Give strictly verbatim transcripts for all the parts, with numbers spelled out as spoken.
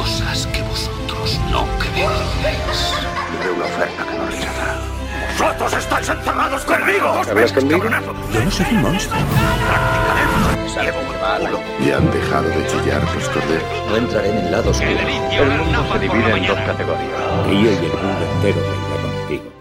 cosas que vosotros no creéis. Tendré una oferta que no rechazará. ¡Vosotros estáis encerrados conmigo! ¿Hablas conmigo? Yo no soy un monstruo. Sale como el culo. ¿Y han dejado de chillar los corderos? No entraré en el lado oscuro. El mundo se divide en dos categorías. Y yo y el mundo entero vendrá contigo.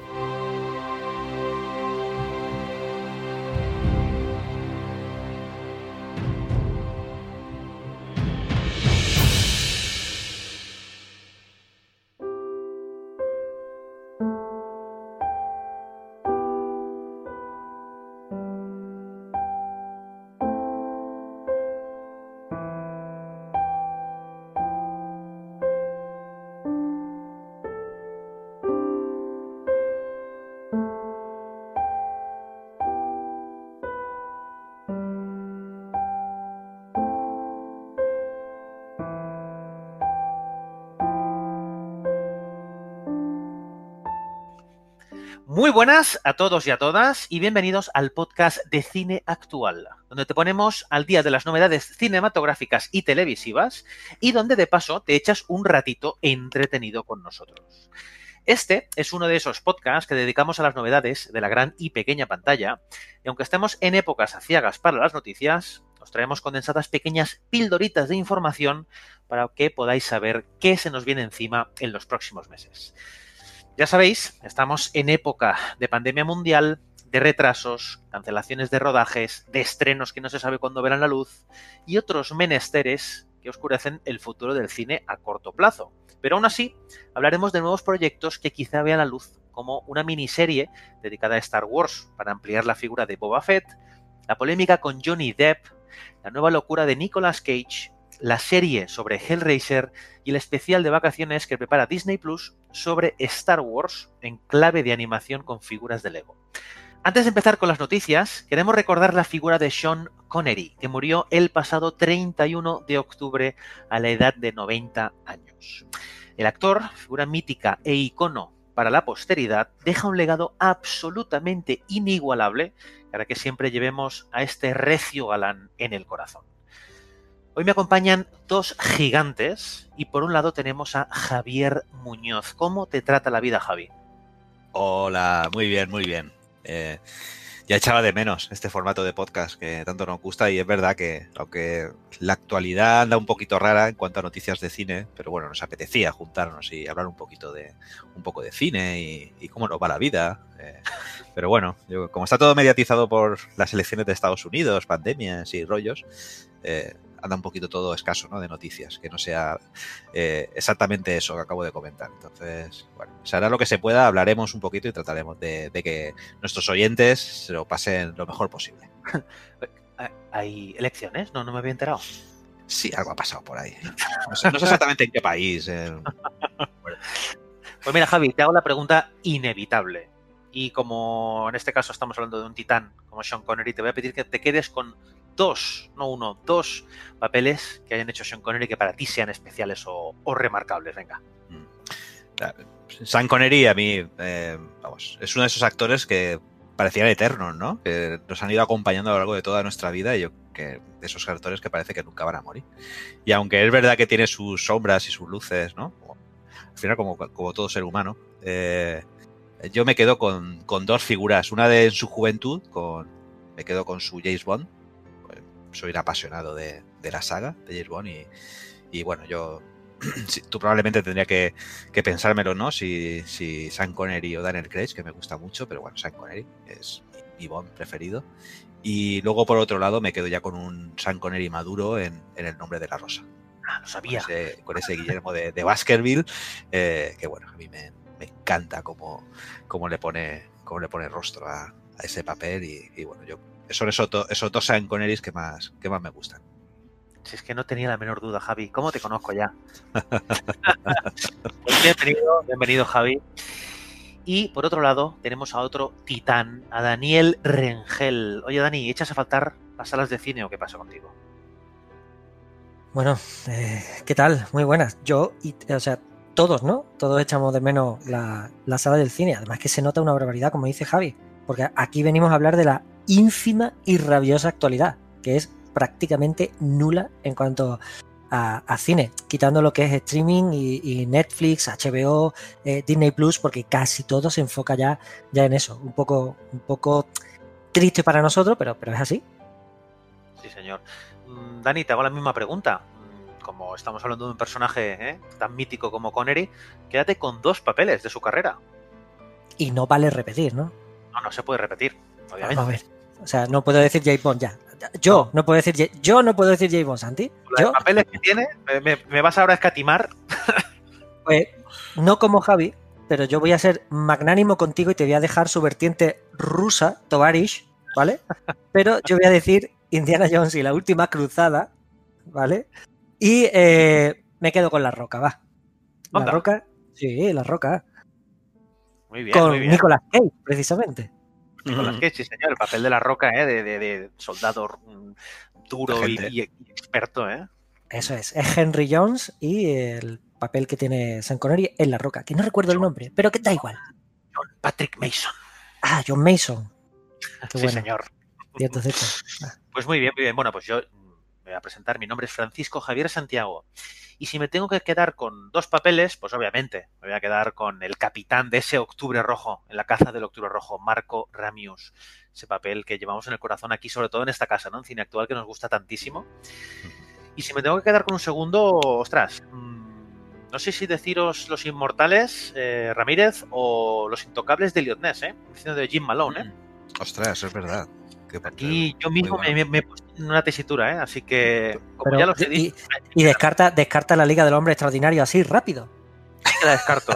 Muy buenas a todos y a todas y bienvenidos al podcast de Cine Actual, donde te ponemos al día de las novedades cinematográficas y televisivas y donde de paso te echas un ratito entretenido con nosotros. Este es uno de esos podcasts que dedicamos a las novedades de la gran y pequeña pantalla y aunque estemos en épocas aciagas para las noticias, os traemos condensadas pequeñas pildoritas de información para que podáis saber qué se nos viene encima en los próximos meses. Ya sabéis, estamos en época de pandemia mundial, de retrasos, cancelaciones de rodajes, de estrenos que no se sabe cuándo verán la luz y otros menesteres que oscurecen el futuro del cine a corto plazo. Pero aún así, hablaremos de nuevos proyectos que quizá vean la luz, como una miniserie dedicada a Star Wars para ampliar la figura de Boba Fett, la polémica con Johnny Depp, la nueva locura de Nicolas Cage, la serie sobre Hellraiser y el especial de vacaciones que prepara Disney Plus sobre Star Wars en clave de animación con figuras de Lego. Antes de empezar con las noticias, queremos recordar la figura de Sean Connery, que murió el pasado treinta y uno de octubre a la edad de noventa años. El actor, figura mítica e icono para la posteridad, deja un legado absolutamente inigualable que hará que siempre llevemos a este recio galán en el corazón. Hoy me acompañan dos gigantes y por un lado tenemos a Javier Muñoz. ¿Cómo te trata la vida, Javi? Hola, muy bien, muy bien. Eh, ya echaba de menos este formato de podcast que tanto nos gusta y es verdad que aunque la actualidad anda un poquito rara en cuanto a noticias de cine, pero bueno, nos apetecía juntarnos y hablar un poquito de un poco de cine y, y cómo nos va la vida. Eh, pero bueno, yo, como está todo mediatizado por las elecciones de Estados Unidos, pandemias y rollos, eh, anda un poquito todo escaso, ¿no? De noticias, que no sea eh, exactamente eso que acabo de comentar. Entonces, bueno, se hará lo que se pueda, hablaremos un poquito y trataremos de, de que nuestros oyentes se lo pasen lo mejor posible. ¿Hay elecciones? No, no me había enterado. Sí, algo ha pasado por ahí. No sé, no sé exactamente en qué país. Eh. Bueno. Pues mira, Javi, te hago la pregunta inevitable. Y como en este caso estamos hablando de un titán como Sean Connery, te voy a pedir que te quedes con dos, no uno, dos papeles que hayan hecho Sean Connery que para ti sean especiales o, o remarcables. Venga. Sean Connery a mí, eh, vamos, es uno de esos actores que parecían eternos, ¿no? Que nos han ido acompañando a lo largo de toda nuestra vida y yo que de esos actores que parece que nunca van a morir. Y aunque es verdad que tiene sus sombras y sus luces, ¿no? Al final, como, como todo ser humano, eh, yo me quedo con, con dos figuras. Una de en su juventud, con, me quedo con su James Bond. Soy un apasionado de, de la saga de James Bond y, y bueno, yo sí, tú probablemente tendría que, que pensármelo, ¿no? Si, si Sean Connery o Daniel Craig, que me gusta mucho, pero bueno, Sean Connery es mi, mi Bond preferido. Y luego por otro lado me quedo ya con un Sean Connery maduro en, en El nombre de la rosa. Ah, lo sabía. Con ese, con ese Guillermo de, de Baskerville, eh, que bueno, a mí me, me encanta cómo, cómo le pone, cómo le pone rostro a, a ese papel y, y bueno, yo son esos, esos dos Sean Connerys que más, que más me gustan. Si es que no tenía la menor duda, Javi. ¿Cómo te conozco ya? Pues bienvenido, bienvenido, Javi. Y por otro lado, tenemos a otro titán, a Daniel Rengel. Oye, Dani, ¿echas a faltar las salas de cine o qué pasa contigo? Bueno, eh, ¿qué tal? Muy buenas. Yo, y, o sea, todos, ¿no? Todos echamos de menos la, la sala del cine. Además que se nota una barbaridad, como dice Javi. Porque aquí venimos a hablar de la ínfima y rabiosa actualidad, que es prácticamente nula en cuanto a, a cine, quitando lo que es streaming y, y Netflix, H B O, eh, Disney Plus, porque casi todo se enfoca ya, ya en eso. Un poco, un poco triste para nosotros, pero, pero es así. Sí, señor. Dani, te hago la misma pregunta. Como estamos hablando de un personaje ¿eh? tan mítico como Connery, quédate con dos papeles de su carrera. Y no vale repetir, ¿no? No, no se puede repetir, obviamente. Vamos a ver. O sea, no puedo decir James Bond ya. Yo no, no puedo decir yo no puedo decir James Bond, Santi. Los Yo, papeles que tiene, me, me vas ahora a escatimar. Pues no como Javi, pero yo voy a ser magnánimo contigo y te voy a dejar su vertiente rusa, Tovarish, ¿vale? Pero yo voy a decir Indiana Jones y la última cruzada, ¿vale? Y eh, me quedo con La Roca, va. La ¿Onda? Roca, sí, La Roca. Muy bien, Con muy bien. Nicolas Cage, precisamente. Nicolas Cage, sí, señor. El papel de La Roca, ¿eh? de, de, de soldado mm, duro y, y, y experto, ¿eh? Eso es, es Henry Jones y el papel que tiene Sean Connery en La Roca, que no recuerdo el nombre, pero que da igual. John Patrick Mason. Ah, John Mason. Qué Sí, bueno. señor. Cierto, cierto. Ah. Pues muy bien, muy bien. Bueno, pues yo me voy a presentar. Mi nombre es Francisco Javier Santiago. Y si me tengo que quedar con dos papeles, pues obviamente me voy a quedar con el capitán de ese Octubre Rojo, en la caza del Octubre Rojo, Marco Ramius. Ese papel que llevamos en el corazón aquí, sobre todo en esta casa, ¿no? En Cine Actual, que nos gusta tantísimo. Y si me tengo que quedar con un segundo, ostras, mmm, no sé si deciros Los Inmortales, eh, Ramírez, o Los Intocables de Elliot Ness, ¿eh? El cine de Jim Malone, ¿eh? Ostras, es verdad. Aquí yo mismo bueno. me, me, me he puesto en una tesitura, ¿eh? Así que, como Pero, ya los he y, dicho, y descarta, descarta la Liga del Hombre Extraordinario así, rápido. la descarto.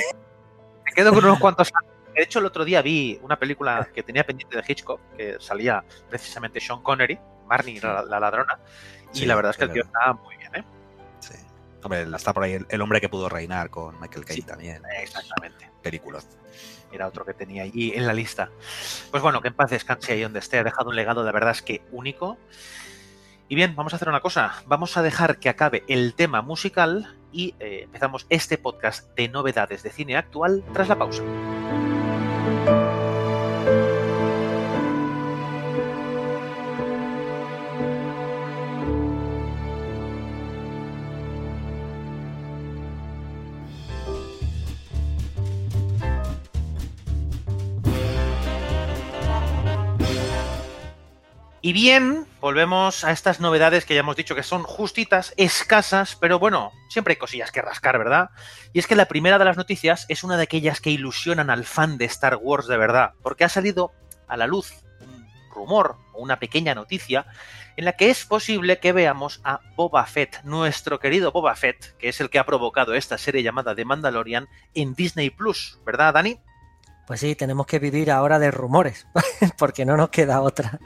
Me quedo con unos cuantos años. De hecho, el otro día vi una película que tenía pendiente de Hitchcock, que salía precisamente Sean Connery, Marnie, la, la ladrona, y Sí, la verdad es que el pero- tío está muy bien, ¿eh? Sí. Hombre, está por ahí el, el hombre que pudo reinar con Michael Caine Sí, también. Exactamente. Película. Era otro que tenía allí en la lista. Pues bueno, que en paz descanse ahí donde esté. Ha dejado un legado, de verdad es que único. Y bien, vamos a hacer una cosa. Vamos a dejar que acabe el tema musical y eh, empezamos este podcast de novedades de cine actual tras la pausa. Y bien, volvemos a estas novedades que ya hemos dicho que son justitas, escasas, pero bueno, siempre hay cosillas que rascar, ¿verdad? Y es que la primera de las noticias es una de aquellas que ilusionan al fan de Star Wars de verdad, porque ha salido a la luz un rumor o una pequeña noticia en la que es posible que veamos a Boba Fett, nuestro querido Boba Fett, que es el que ha provocado esta serie llamada The Mandalorian, en Disney Plus, ¿verdad, Dani? Pues sí, tenemos que vivir ahora de rumores, porque no nos queda otra.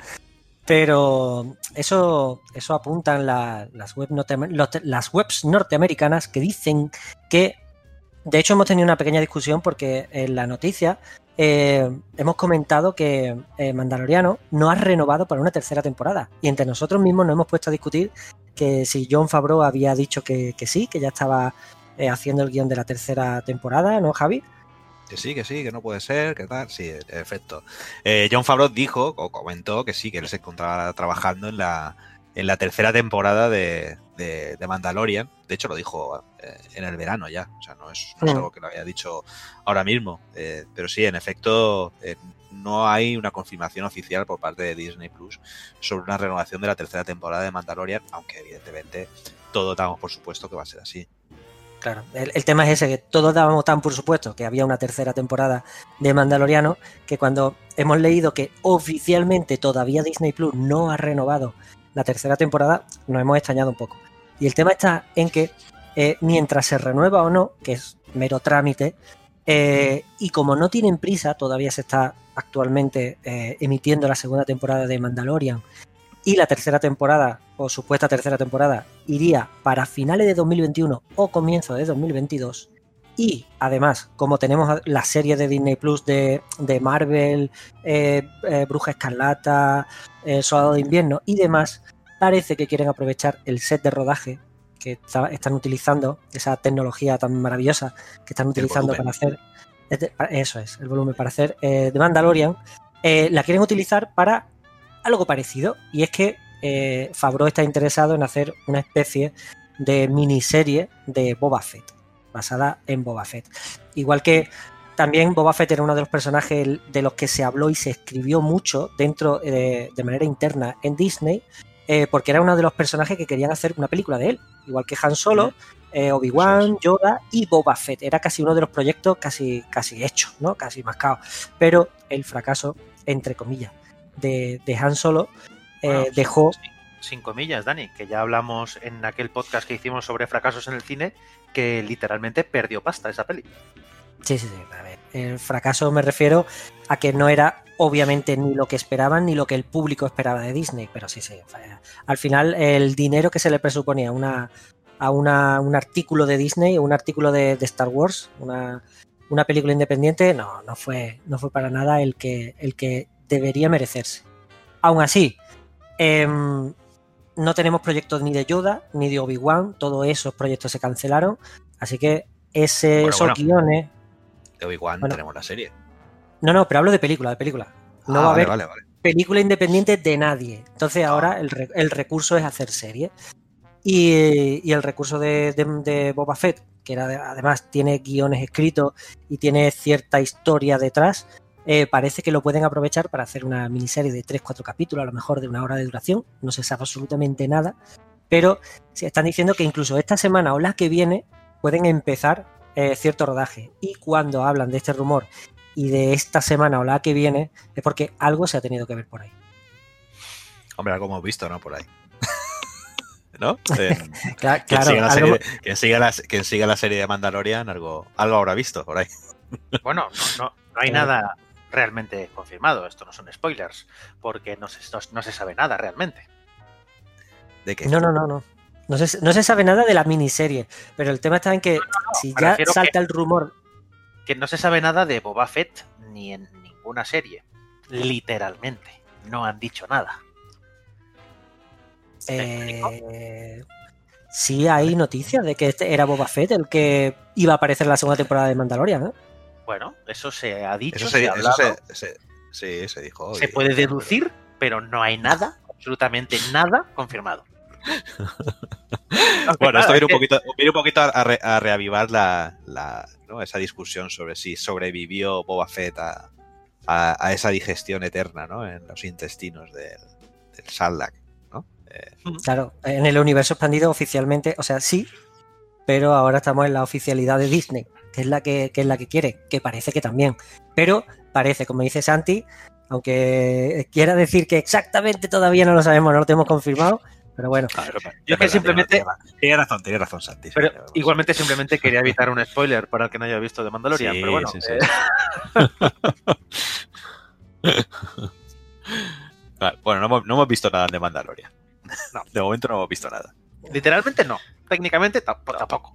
Pero eso, eso apuntan la, las, web norte, los, las webs norteamericanas que dicen que, de hecho hemos tenido una pequeña discusión porque en la noticia eh, hemos comentado que eh, Mandaloriano no ha renovado para una tercera temporada y entre nosotros mismos nos hemos puesto a discutir que si Jon Favreau había dicho que, que sí, que ya estaba eh, haciendo el guión de la tercera temporada, ¿no, Javi? Que sí, que sí, que no puede ser, que tal. Sí, en efecto. Eh, Jon Favreau dijo, o comentó, que sí, que él se encontraba trabajando en la, en la tercera temporada de, de, de Mandalorian. De hecho, lo dijo eh, en el verano ya. O sea, no es, no es algo que lo haya dicho ahora mismo. Eh, pero sí, en efecto, eh, no hay una confirmación oficial por parte de Disney Plus sobre una renovación de la tercera temporada de Mandalorian, aunque evidentemente todos damos por supuesto que va a ser así. Claro, el, el tema es ese, que todos dábamos tan por supuesto que había una tercera temporada de Mandaloriano, que cuando hemos leído que oficialmente todavía Disney Plus no ha renovado la tercera temporada, nos hemos extrañado un poco. Y el tema está en que eh, mientras se renueva o no, que es mero trámite, eh, y como no tienen prisa, todavía se está actualmente eh, emitiendo la segunda temporada de Mandalorian, y la tercera temporada, o supuesta tercera temporada, iría para finales de dos mil veintiuno o comienzo de dos mil veintidós. Y además, como tenemos la serie de Disney Plus de, de Marvel, eh, eh, Bruja Escarlata, eh, Soldado de Invierno y demás, parece que quieren aprovechar el set de rodaje que está, están utilizando, esa tecnología tan maravillosa que están utilizando para hacer, eso es, el volumen para hacer eh, The Mandalorian, eh, la quieren utilizar para algo parecido, y es que eh, Favreau está interesado en hacer una especie de miniserie de Boba Fett, basada en Boba Fett. Igual que también Boba Fett era uno de los personajes de los que se habló y se escribió mucho dentro de, de manera interna en Disney, eh, porque era uno de los personajes que querían hacer una película de él, igual que Han Solo, eh, Obi-Wan, Yoda y Boba Fett. Era casi uno de los proyectos casi, casi hechos, ¿no? Casi mascados. Pero el fracaso, entre comillas, de, de Han Solo eh, bueno, dejó... Sin, sin comillas, Dani, que ya hablamos en aquel podcast que hicimos sobre fracasos en el cine, que literalmente perdió pasta esa peli. Sí, sí, sí. A ver, el fracaso me refiero a que no era obviamente ni lo que esperaban ni lo que el público esperaba de Disney, pero sí, sí. Al final el dinero que se le presuponía a, una, a una, un artículo de Disney, un artículo de, de Star Wars, una, una película independiente, no, no fue, no fue para nada el que, el que debería merecerse. Aún así, eh, no tenemos proyectos ni de Yoda ni de Obi-Wan, todos esos proyectos se cancelaron, así que ese, bueno, esos bueno. guiones... De Obi-Wan bueno, tenemos la serie. No, no, pero hablo de película, de película. No ah, va a vale, haber vale, vale. película independiente de nadie. Entonces ah. ahora el, re, el recurso es hacer serie. Y, y el recurso de, de, de Boba Fett, que era de, además tiene guiones escritos y tiene cierta historia detrás, eh, parece que lo pueden aprovechar para hacer una miniserie de tres cuatro capítulos, a lo mejor de una hora de duración. No se sabe absolutamente nada. Pero se están diciendo que incluso esta semana o la que viene pueden empezar Eh, cierto rodaje, y cuando hablan de este rumor y de esta semana o la que viene es porque algo se ha tenido que ver por ahí. Hombre, algo hemos visto, ¿no? Por ahí. ¿No? Eh, claro, quien, claro siga la algo... serie, quien, siga la, quien siga la serie de Mandalorian algo, algo habrá visto por ahí. Bueno, no, no, no hay nada realmente confirmado, esto no son spoilers, porque no se, no, no se sabe nada realmente. ¿De qué? No, no, no, no. No se, no se sabe nada de la miniserie, pero el tema está en que no, no, no, si ya salta que, el rumor... Que no se sabe nada de Boba Fett ni en ninguna serie. Literalmente. No han dicho nada. Eh, sí hay noticias de que este era Boba Fett el que iba a aparecer en la segunda temporada de Mandalorian, ¿eh? Bueno, eso se ha dicho, eso se, se, ha eso se, se, sí, se dijo. Se puede deducir, pero no hay nada, absolutamente nada confirmado. Bueno, esto viene un poquito, viene un poquito a, re, a reavivar la, la, ¿no? esa discusión sobre si sobrevivió Boba Fett a, a, a esa digestión eterna, ¿no? En los intestinos del, del Sarlacc, ¿no? Eh... Claro, en el universo expandido oficialmente, o sea, sí, pero ahora estamos en la oficialidad de Disney, que es la que, que es la que quiere, que parece que también, pero parece, como dice Santi, aunque quiera decir que exactamente todavía no lo sabemos, no lo tenemos confirmado. Pero bueno, claro, yo es que simplemente... Tiene razón, tiene razón, Santi. Pero sí, igualmente simplemente quería evitar un spoiler para el que no haya visto de Mandalorian, sí, pero bueno. Sí, sí. Eh... bueno, no hemos, no hemos visto nada de Mandalorian. No. De momento no hemos visto nada. Literalmente no. Técnicamente tampoco.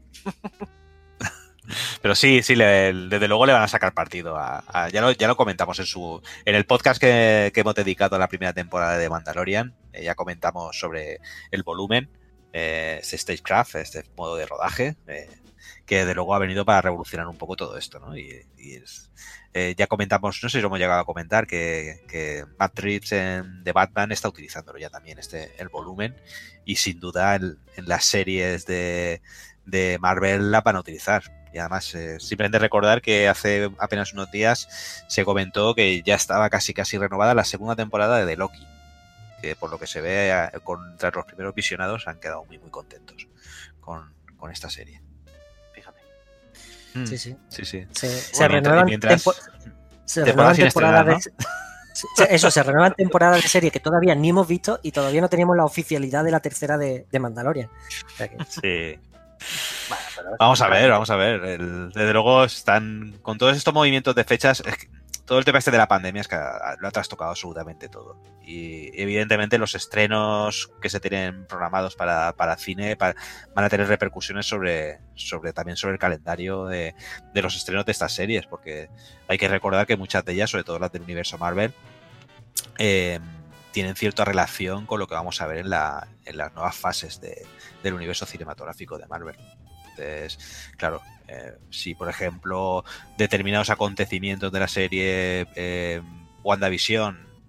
Pero sí, sí, le, desde luego le van a sacar partido. A, a, ya, lo, ya lo comentamos en su en el podcast que, que hemos dedicado a la primera temporada de Mandalorian. Eh, ya comentamos sobre el volumen, eh, este Stagecraft, este modo de rodaje, eh, que desde luego ha venido para revolucionar un poco todo esto, ¿no? Y, y es, eh, ya comentamos, no sé si lo hemos llegado a comentar, que, que Matt Reeves en The Batman está utilizándolo ya también, este el volumen, y sin duda el, en las series de, de Marvel la van a utilizar. Y además, eh, simplemente recordar que hace apenas unos días se comentó que ya estaba casi casi renovada la segunda temporada de The Loki. Que por lo que se ve, contra los primeros visionados han quedado muy muy contentos con, con esta serie. Fíjate. Sí, sí. sí, sí. Se, bueno, se renuevan mientras, tempo se renuevan temporadas de... ¿no? Eso, se renuevan temporadas de serie que todavía ni hemos visto y todavía no teníamos la oficialidad de la tercera de, de Mandalorian. O sea que... Sí. Bueno, pero vamos a ver, vamos a ver. El, desde luego están con todos estos movimientos de fechas. Es que todo el tema este de la pandemia es que lo ha trastocado absolutamente todo. Y evidentemente los estrenos que se tienen programados para, para cine para, van a tener repercusiones sobre, sobre también sobre el calendario de, de los estrenos de estas series, porque hay que recordar que muchas de ellas, sobre todo las del universo Marvel, eh, tienen cierta relación con lo que vamos a ver en, la, en las nuevas fases de, del universo cinematográfico de Marvel. Entonces, claro, eh, si por ejemplo determinados acontecimientos de la serie eh, WandaVision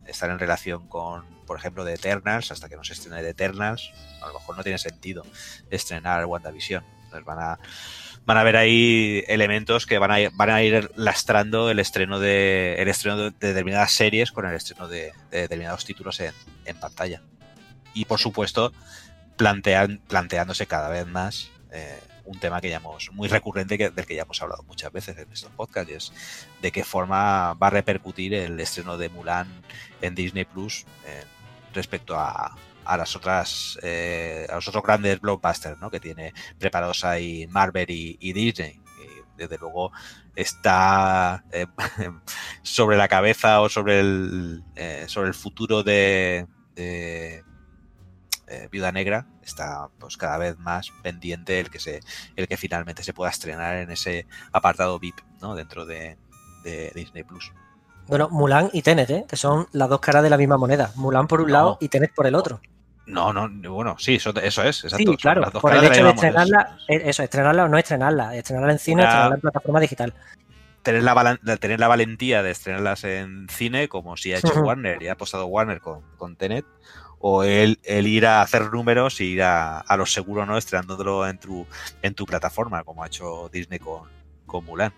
estar en relación con, por ejemplo, The Eternals, hasta que no se estrene The Eternals, a lo mejor no tiene sentido estrenar WandaVision. Entonces van a van a haber ahí elementos que van a ir, van a ir lastrando el estreno de el estreno de, de determinadas series con el estreno de, de determinados títulos en, en pantalla. Y por supuesto, plantean, planteándose cada vez más eh, un tema que ya hemos, muy recurrente, que, del que ya hemos hablado muchas veces en estos podcasts, y es de qué forma va a repercutir el estreno de Mulan en Disney Plus eh, respecto a, a las otras eh, a los otros grandes blockbusters, ¿no?, que tiene preparados ahí Marvel y, y Disney. Y desde luego está eh, sobre la cabeza o sobre el eh, sobre el futuro de, de eh, Viuda Negra, está pues cada vez más pendiente el que se el que finalmente se pueda estrenar en ese apartado V I P, ¿no?, dentro de, de Disney Plus. Bueno, Mulan y Tenet, ¿eh?, que son las dos caras de la misma moneda. Mulan por un No. lado y Tenet por el otro. No, no, bueno, sí, eso, eso es, exacto. Sí, claro, Las dos por el caras hecho la de misma moneda. estrenarla, eh, eso, estrenarla o no estrenarla, estrenarla en cine, Una- estrenarla en plataforma digital. Tener la, val- tener la valentía de estrenarlas en cine, como si ha hecho Ujú. Warner y ha apostado Warner con, con Tenet, o el, el ir a hacer números y ir a, a lo seguro, ¿no?, estrenándolo en tu, en tu plataforma, como ha hecho Disney con, con Mulan.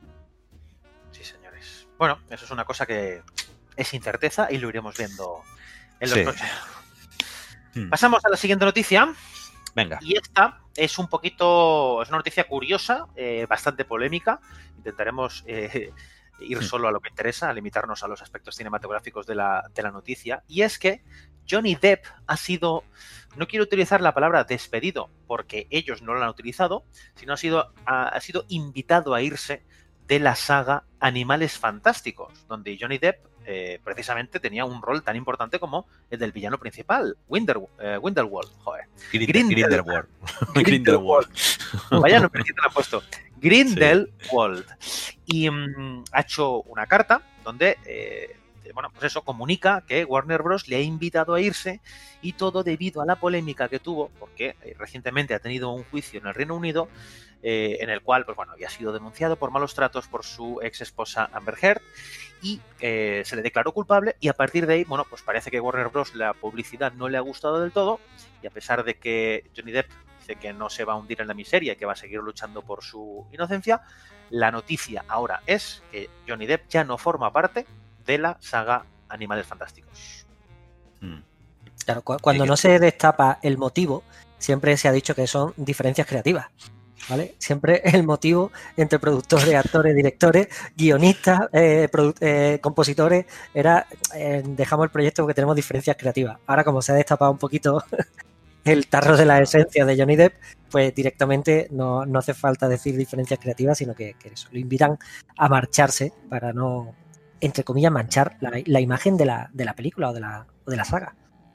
Sí, señores. Bueno, eso es una cosa que es incerteza y lo iremos viendo en los Sí. próximos. Hmm. Pasamos a la siguiente noticia. Venga. Y esta es un poquito, es una noticia curiosa, eh, bastante polémica. Intentaremos eh, ir Hmm. solo a lo que interesa, a limitarnos a los aspectos cinematográficos de la, de la noticia. Y es que Johnny Depp ha sido, no quiero utilizar la palabra despedido, porque ellos no lo han utilizado, sino ha sido, ha, ha sido invitado a irse de la saga Animales Fantásticos, donde Johnny Depp eh, precisamente tenía un rol tan importante como el del villano principal, Winder, eh, Grindelwald. Joder. Grindel- Grindelwald. Grindelwald. Grindelwald. Vaya nombre que te lo ha puesto. Grindelwald. Y mm, ha hecho una carta donde, eh, bueno, pues eso, comunica que Warner Bros. Le ha invitado a irse, y todo debido a la polémica que tuvo, porque eh, recientemente ha tenido un juicio en el Reino Unido eh, en el cual, pues bueno, había sido denunciado por malos tratos por su ex esposa Amber Heard, y eh, se le declaró culpable, y a partir de ahí, bueno, pues parece que Warner Bros. La publicidad no le ha gustado del todo, y a pesar de que Johnny Depp dice que no se va a hundir en la miseria y que va a seguir luchando por su inocencia, la noticia ahora es que Johnny Depp ya no forma parte de la saga Animales Fantásticos. Hmm. Claro, cu- cuando Sí, que- no se destapa el motivo, siempre se ha dicho que son diferencias creativas, ¿vale? Siempre el motivo entre productores, actores, directores, guionistas, eh, produ- eh, compositores, era eh, dejamos el proyecto porque tenemos diferencias creativas. Ahora, como se ha destapado un poquito el tarro de la esencia de Johnny Depp, pues directamente no, no hace falta decir diferencias creativas, sino que, que eso, lo invitan a marcharse para no, entre comillas, manchar la, la imagen de la, de la película o de la, o de la saga.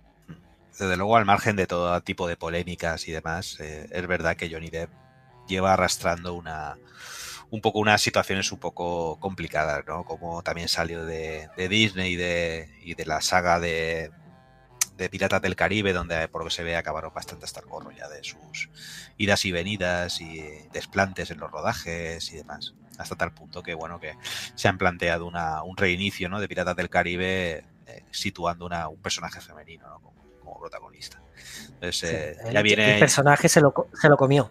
Desde luego, al margen de todo tipo de polémicas y demás, eh, es verdad que Johnny Depp lleva arrastrando una un poco unas situaciones un poco complicadas, ¿no? Como también salió de, de Disney y de, y de la saga de, de Piratas del Caribe, donde por lo que se ve acabaron bastante hasta el gorro ya de sus idas y venidas y desplantes en los rodajes y demás. Hasta tal punto que, bueno, que se han planteado una, un reinicio, ¿no?, de Piratas del Caribe, eh, situando una, un personaje femenino, ¿no?, como, como protagonista. Entonces, eh, Sí, ya el, viene... el personaje se lo, co- se lo comió.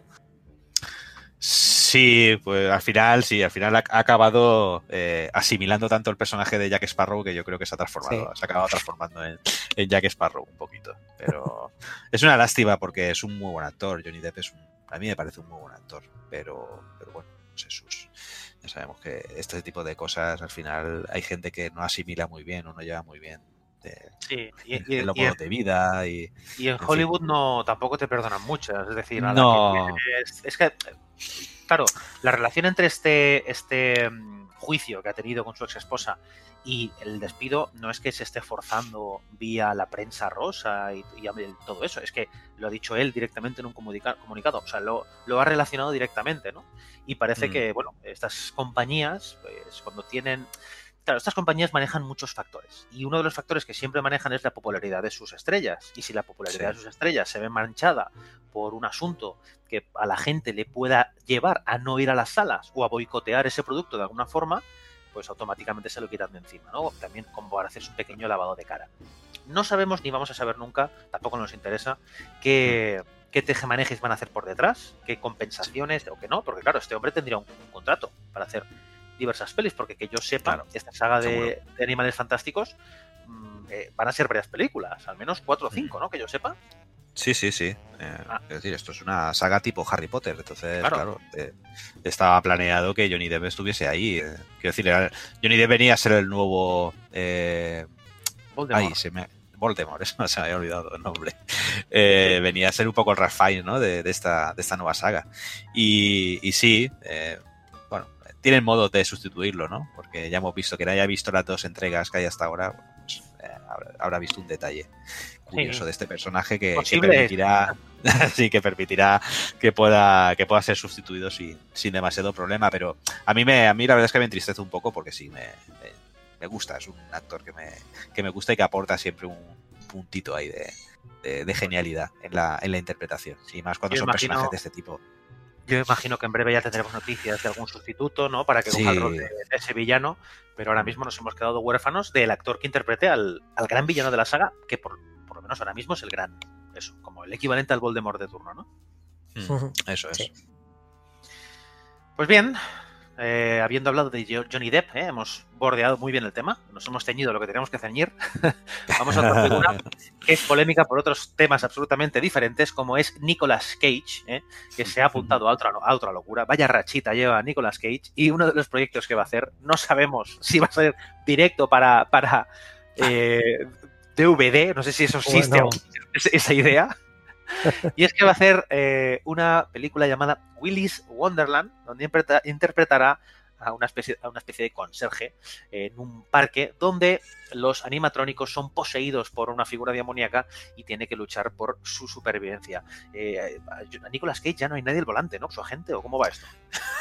Sí, pues al final, sí, al final ha, ha acabado eh, asimilando tanto el personaje de Jack Sparrow que yo creo que se ha transformado, Sí. se ha acabado transformando en, en Jack Sparrow un poquito. Pero es una lástima porque es un muy buen actor. Johnny Depp es un, a mí me parece un muy buen actor, pero, pero bueno, pues Jesús. Ya sabemos que este tipo de cosas al final hay gente que no asimila muy bien o no lleva muy bien de, Sí, y, de y- los y en, modos de vida y y en en fin. Hollywood no tampoco te perdonan muchas. Es decir, nada, No. que tienes- es que, claro, la relación entre este, este mm, juicio que ha tenido con su ex esposa y el despido no es que se esté forzando vía la prensa rosa y, y todo eso, es que lo ha dicho él directamente en un comunica- comunicado, o sea, lo, lo ha relacionado directamente, ¿no? Y parece Mm. que, bueno, estas compañías, pues cuando tienen... Claro, estas compañías manejan muchos factores, y uno de los factores que siempre manejan es la popularidad de sus estrellas, y si la popularidad Sí. de sus estrellas se ve manchada por un asunto que a la gente le pueda llevar a no ir a las salas o a boicotear ese producto de alguna forma, pues automáticamente se lo quitan de encima, ¿no? También como para hacerse un pequeño lavado de cara. No sabemos ni vamos a saber nunca, tampoco nos interesa, qué, qué tejemanejes van a hacer por detrás, qué compensaciones o qué no, porque claro, este hombre tendría un, un contrato para hacer diversas pelis, porque que yo sepa, claro, esta saga de, de Animales Fantásticos mmm, eh, van a ser varias películas, al menos cuatro o cinco, ¿no? Que yo sepa. Sí, sí, sí. Eh, ah. Es decir, esto es una saga tipo Harry Potter, entonces, claro, claro eh, estaba planeado que Johnny Depp estuviese ahí. Eh, quiero decir, era, Johnny Depp venía a ser el nuevo... Eh, Voldemort. Ay, se me... Voldemort, eso se me había olvidado el nombre. Eh, venía a ser un poco el Ralph Fiennes, ¿no? De, de, esta, de esta nueva saga. Y, y sí, eh, bueno, tienen modo de sustituirlo, ¿no? Porque ya hemos visto que no haya visto las dos entregas que hay hasta ahora, pues, eh, habrá, habrá visto un detalle curioso sí. de este personaje que, que permitirá sí que permitirá que pueda que pueda ser sustituido sin, sin demasiado problema, pero a mí me a mí la verdad es que me entristece un poco porque sí me, me, me gusta, es un actor que me que me gusta y que aporta siempre un puntito ahí de, de, de genialidad en la en la interpretación, y más cuando yo son imagino, personajes de este tipo. Yo imagino que en breve ya tendremos noticias de algún sustituto, ¿no? Para que sí. coja el rol de, de ese villano, pero ahora mismo nos hemos quedado huérfanos del actor que interprete al, al gran villano de la saga, que por por lo menos ahora mismo es el gran, eso, como el equivalente al Voldemort de turno, ¿no? Mm, eso es. Sí. Pues bien, eh, habiendo hablado de Johnny Depp, eh, hemos bordeado muy bien el tema, nos hemos ceñido lo que teníamos que ceñir. Vamos a otra figura que es polémica por otros temas absolutamente diferentes, como es Nicolas Cage, eh, que se ha apuntado a otra, a otra locura. Vaya rachita lleva Nicolas Cage, y uno de los proyectos que va a hacer, no sabemos si va a ser directo para... para eh, D V D, no sé si eso existe, bueno, esa idea, y es que va a hacer eh, una película llamada Willy's Wonderland, donde interpreta, interpretará a una especie, a una especie de conserje en un parque donde los animatrónicos son poseídos por una figura demoníaca y tiene que luchar por su supervivencia. Eh, a Nicolas Cage ya no hay nadie al volante, ¿no? ¿Su agente o cómo va esto?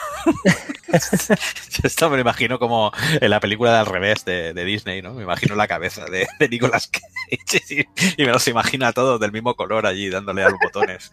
Esto me lo imagino como en la película de Al revés de, de Disney, ¿no? Me imagino la cabeza de, de Nicolas Cage y, y me los imagino a todos del mismo color allí dándole a los botones.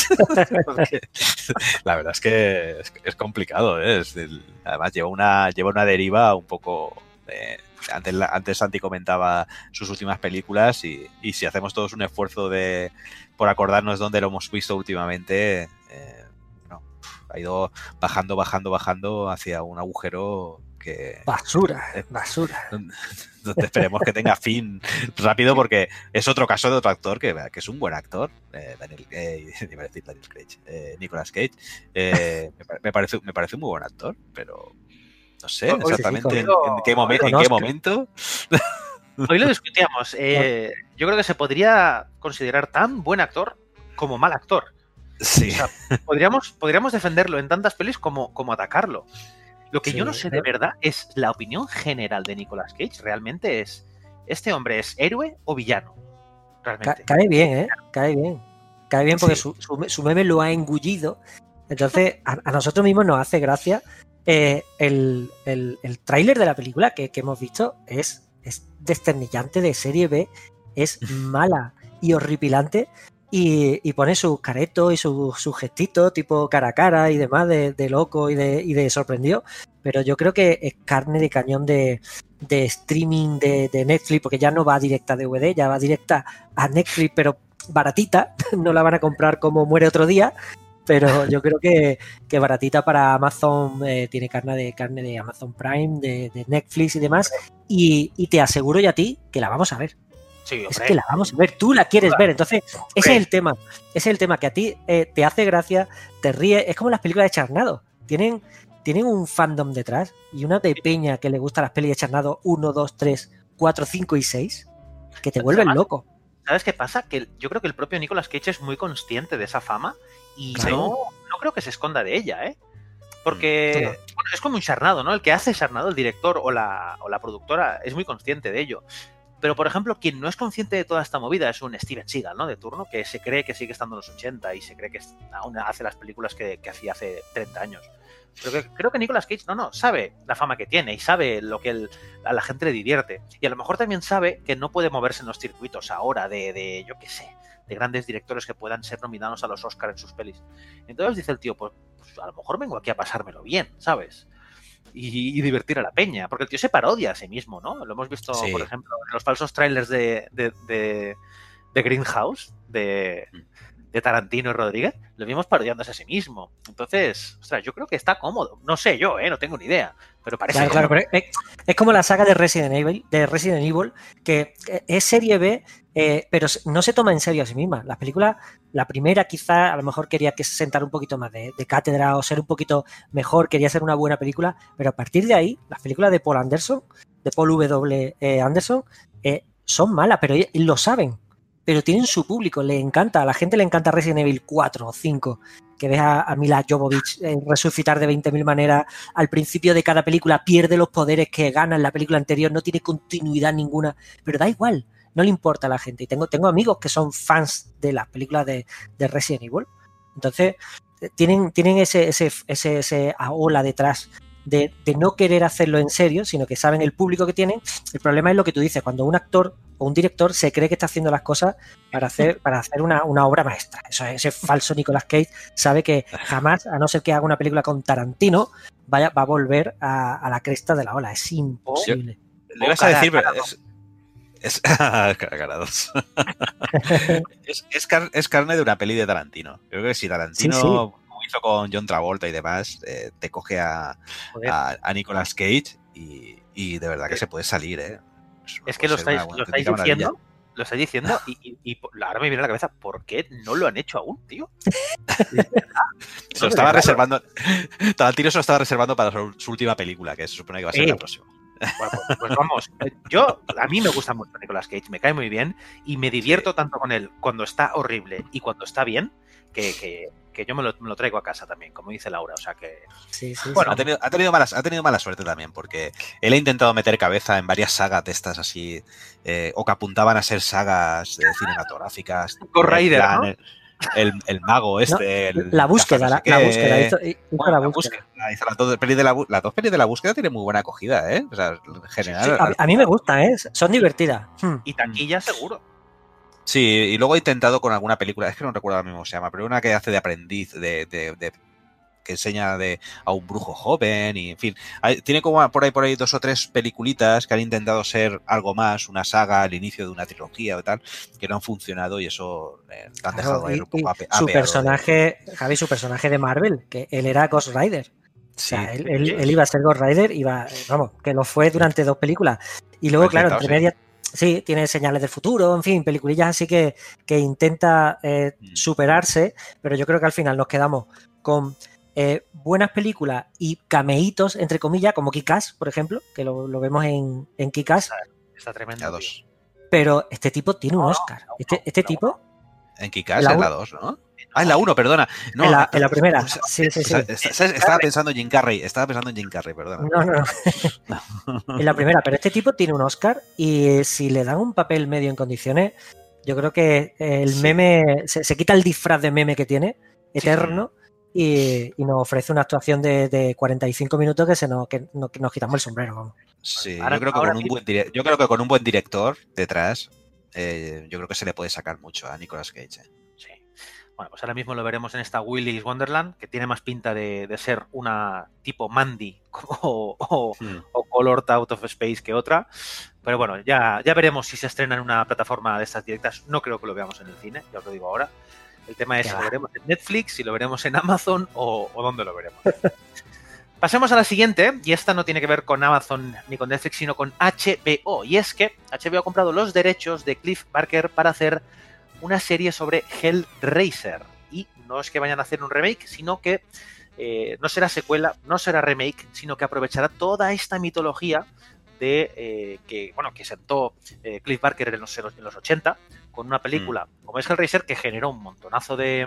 La verdad es que es, es complicado, ¿eh? Es el, además lleva una, lleva una deriva un poco... Eh, antes, antes Santi comentaba sus últimas películas y, y si hacemos todos un esfuerzo de por acordarnos dónde lo hemos visto últimamente... Eh, ha ido bajando, bajando, bajando hacia un agujero que... Basura, eh, basura. Donde, donde esperemos que tenga fin rápido, porque es otro caso de otro actor que, que es un buen actor, eh, Daniel, eh, iba a decir Daniel Cage, eh, Nicolas Cage, eh, me, me, parece, me parece un muy buen actor, pero no sé Oye, exactamente sí, en, en, qué momen, en qué momento... Hoy lo discutíamos. Eh, yo creo que se podría considerar tan buen actor como mal actor. Sí. O sea, podríamos, podríamos defenderlo en tantas pelis como, como atacarlo. Lo que sí, yo no sé de verdad es la opinión general de Nicolas Cage. Realmente es, ¿este hombre es héroe o villano? Realmente. Ca cae bien, ¿eh? Cae bien. Cae bien porque sí. su, su, su meme lo ha engullido. Entonces, a, a nosotros mismos nos hace gracia. Eh, el el, el tráiler de la película que, que hemos visto es, es desternillante, de serie B. Es mala y horripilante. Y, y pone sus caretos y sus su gestitos tipo cara a cara y demás de, de loco y de, y de sorprendido, pero yo creo que es carne de cañón de, de streaming de, de Netflix, porque ya no va directa a D V D, ya va directa a Netflix, pero baratita, no la van a comprar como Muere otro día, pero yo creo que, que baratita para Amazon, eh, tiene carne de carne de Amazon Prime, de, de Netflix y demás, y, y te aseguro yo a ti que la vamos a ver. Sí, es que la vamos a ver, tú la quieres ver, entonces ese es el tema, ese es el tema que a ti eh, te hace gracia, te ríe, es como las películas de Charnado, tienen, tienen un fandom detrás y una de peña que le gustan las pelis de Charnado uno, dos, tres, cuatro, cinco y seis, que te vuelven loco. ¿Sabes qué pasa? Que yo creo que el propio Nicolas Cage es muy consciente de esa fama y claro. no, no creo que se esconda de ella, ¿eh? Porque sí, no. bueno, es como un Charnado, ¿no? El que hace Charnado, el director o la, o la productora, es muy consciente de ello. Pero, por ejemplo, quien no es consciente de toda esta movida es un Steven Seagal, ¿no? De turno, que se cree que sigue estando en los ochenta y se cree que aún hace las películas que, que hacía hace treinta años. Pero que, creo que Nicolas Cage, no, no, sabe la fama que tiene y sabe lo que el, a la gente le divierte. Y a lo mejor también sabe que no puede moverse en los circuitos ahora de, de yo qué sé, de grandes directores que puedan ser nominados a los Oscars en sus pelis. Entonces dice el tío, pues, pues a lo mejor vengo aquí a pasármelo bien, ¿sabes? y, y divertir a la peña, porque el tío se parodia a sí mismo, ¿no? Lo hemos visto, Sí. por ejemplo, en los falsos trailers de, de, de, de Greenhouse, de, de Tarantino y Rodríguez, lo vimos parodiándose a sí mismo. Entonces, ostras, yo creo que está cómodo. No sé yo, ¿eh? No tengo ni idea, pero parece Claro, claro, cómodo. pero es, es como la saga de Resident Evil, de Resident Evil, que es serie B, eh, pero no se toma en serio a sí misma. Las películas, la primera quizá a lo mejor quería que se sentara un poquito más de, de cátedra o ser un poquito mejor, quería ser una buena película, pero a partir de ahí, las películas de Paul Anderson, de Paul W. Eh, Anderson, eh, son malas, pero ellos lo saben. Pero tienen su público, le encanta, a la gente le encanta Resident Evil cuatro o cinco, que ves a, a Mila Jovovich eh, resucitar de veinte mil maneras, al principio de cada película pierde los poderes que gana en la película anterior, no tiene continuidad ninguna, pero da igual, no le importa a la gente. Y tengo, tengo amigos que son fans de las películas de, de Resident Evil, entonces tienen, tienen ese, ese, ese, ese ola detrás de, de no querer hacerlo en serio, sino que saben el público que tienen. El problema es lo que tú dices, cuando un actor o un director se cree que está haciendo las cosas para hacer, para hacer una, una obra maestra. Eso, ese falso Nicolas Cage sabe que jamás, a no ser que haga una película con Tarantino, vaya, va a volver a, a la cresta de la ola. Es imposible. Le ibas a decir, pero es... Es, cara dos. es, es, car, es carne de una peli de Tarantino. Creo que si Tarantino, sí, sí. como hizo con John Travolta y demás, eh, te coge a, a, a Nicolas Cage y, y de verdad que se puede salir, ¿eh? Es que lo estáis, lo estáis diciendo, lo estáis diciendo y, y, y ahora me viene a la cabeza, ¿por qué no lo han hecho aún, tío? Se lo estaba reservando, Tarantino se lo estaba reservando para su, su última película, que se supone que va a ser sí. la próxima. Bueno, pues, pues vamos, yo, a mí me gusta mucho Nicolas Cage, me cae muy bien y me divierto sí. tanto con él cuando está horrible y cuando está bien, que, que, que yo me lo, me lo traigo a casa también, como dice Laura, o sea que... Sí, sí, bueno, sí. Ha, tenido, ha, tenido malas, ha tenido mala suerte también, porque él ha intentado meter cabeza en varias sagas de estas así, eh, o que apuntaban a ser sagas eh, cinematográficas. Ghost Rider, ¿no? el, el, el mago este. No, el, la búsqueda, la, la búsqueda. Hizo, hizo bueno, la búsqueda. La, hizo las, dos pelis de la, las dos pelis de la búsqueda tienen muy buena acogida, ¿eh? O sea, en general. Sí, a, a mí me gustan, ¿eh? Son divertidas. Y taquilla seguro. Sí, y luego he intentado con alguna película, es que no recuerdo ahora mismo cómo se llama, pero una que hace de aprendiz, de, de, de que enseña de, a un brujo joven y en fin. Hay, tiene como por ahí por ahí dos o tres peliculitas que han intentado ser algo más, una saga, el inicio de una trilogía o tal, que no han funcionado y eso eh, han dejado claro, ahí y, un poco ape, su personaje, de... Javi, su personaje de Marvel, que él era Ghost Rider. Sí, o sea, él, él, él iba a ser Ghost Rider, iba, vamos, que lo fue durante dos películas. Y luego, claro, entre medias, sí, tiene señales del futuro, en fin, peliculillas así que, que intenta eh, mm. superarse, pero yo creo que al final nos quedamos con eh, buenas películas y cameitos, entre comillas, como Kick-Ass, por ejemplo, que lo, lo vemos en, en Kick-Ass. Está tremendo. dos. Pero este tipo tiene un Oscar. Este, este tipo... En Kick-Ass es la dos, ¿no? Ah, en la uno, perdona. No, en, la, en la primera. Sí, sí, sí. Estaba pensando en Jim Carrey. Estaba pensando en Jim Carrey, perdona. No, no, no. En la primera, pero este tipo tiene un Oscar y si le dan un papel medio en condiciones, yo creo que el sí. meme, se, se quita el disfraz de meme que tiene, eterno, sí. y, y nos ofrece una actuación de, de cuarenta y cinco minutos que, se nos, que, no, que nos quitamos el sombrero. Vamos. Sí, ahora, yo, creo que con un buen direct, yo creo que con un buen director detrás, eh, yo creo que se le puede sacar mucho a Nicolas Cage. Eh. Bueno, pues ahora mismo lo veremos en esta Willy's Wonderland, que tiene más pinta de, de ser una tipo Mandy o, o, hmm. o Colored Out of Space que otra. Pero bueno, ya, ya veremos si se estrena en una plataforma de estas directas. No creo que lo veamos en el cine, ya os lo digo ahora. El tema es ya. si lo veremos en Netflix, si lo veremos en Amazon o, o dónde lo veremos. Pasemos a la siguiente, y esta no tiene que ver con Amazon ni con Netflix, sino con H B O. Y es que H B O ha comprado los derechos de Cliff Barker para hacer una serie sobre Hellraiser. Y no es que vayan a hacer un remake, sino que eh, no será secuela, no será remake, sino que aprovechará toda esta mitología de eh, que bueno que sentó eh, Cliff Barker en los, en los ochenta, con una película mm. como es Hellraiser, que generó un montonazo de,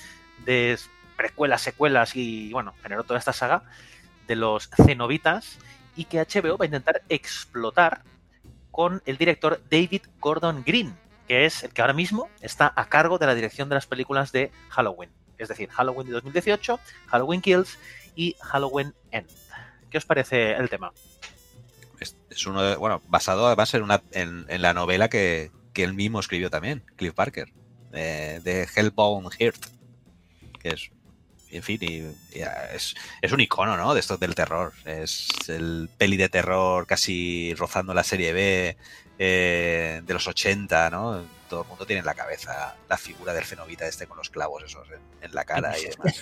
de precuelas, secuelas y bueno, generó toda esta saga de los cenobitas, y que H B O va a intentar explotar con el director David Gordon Green, que es el que ahora mismo está a cargo de la dirección de las películas de Halloween. Es decir, Halloween de dos mil dieciocho, Halloween Kills y Halloween End. ¿Qué os parece el tema? Es, es uno de, bueno, basado además en, una, en, en la novela que, que él mismo escribió también, Cliff Barker, eh, de Hellbound Heart, que es en fin, y, y es, es un icono, ¿no? De estos del terror. Es el peli de terror casi rozando la serie B eh, de los ochenta, ¿no? Todo el mundo tiene en la cabeza la figura del cenobita este con los clavos esos en, en la cara y demás.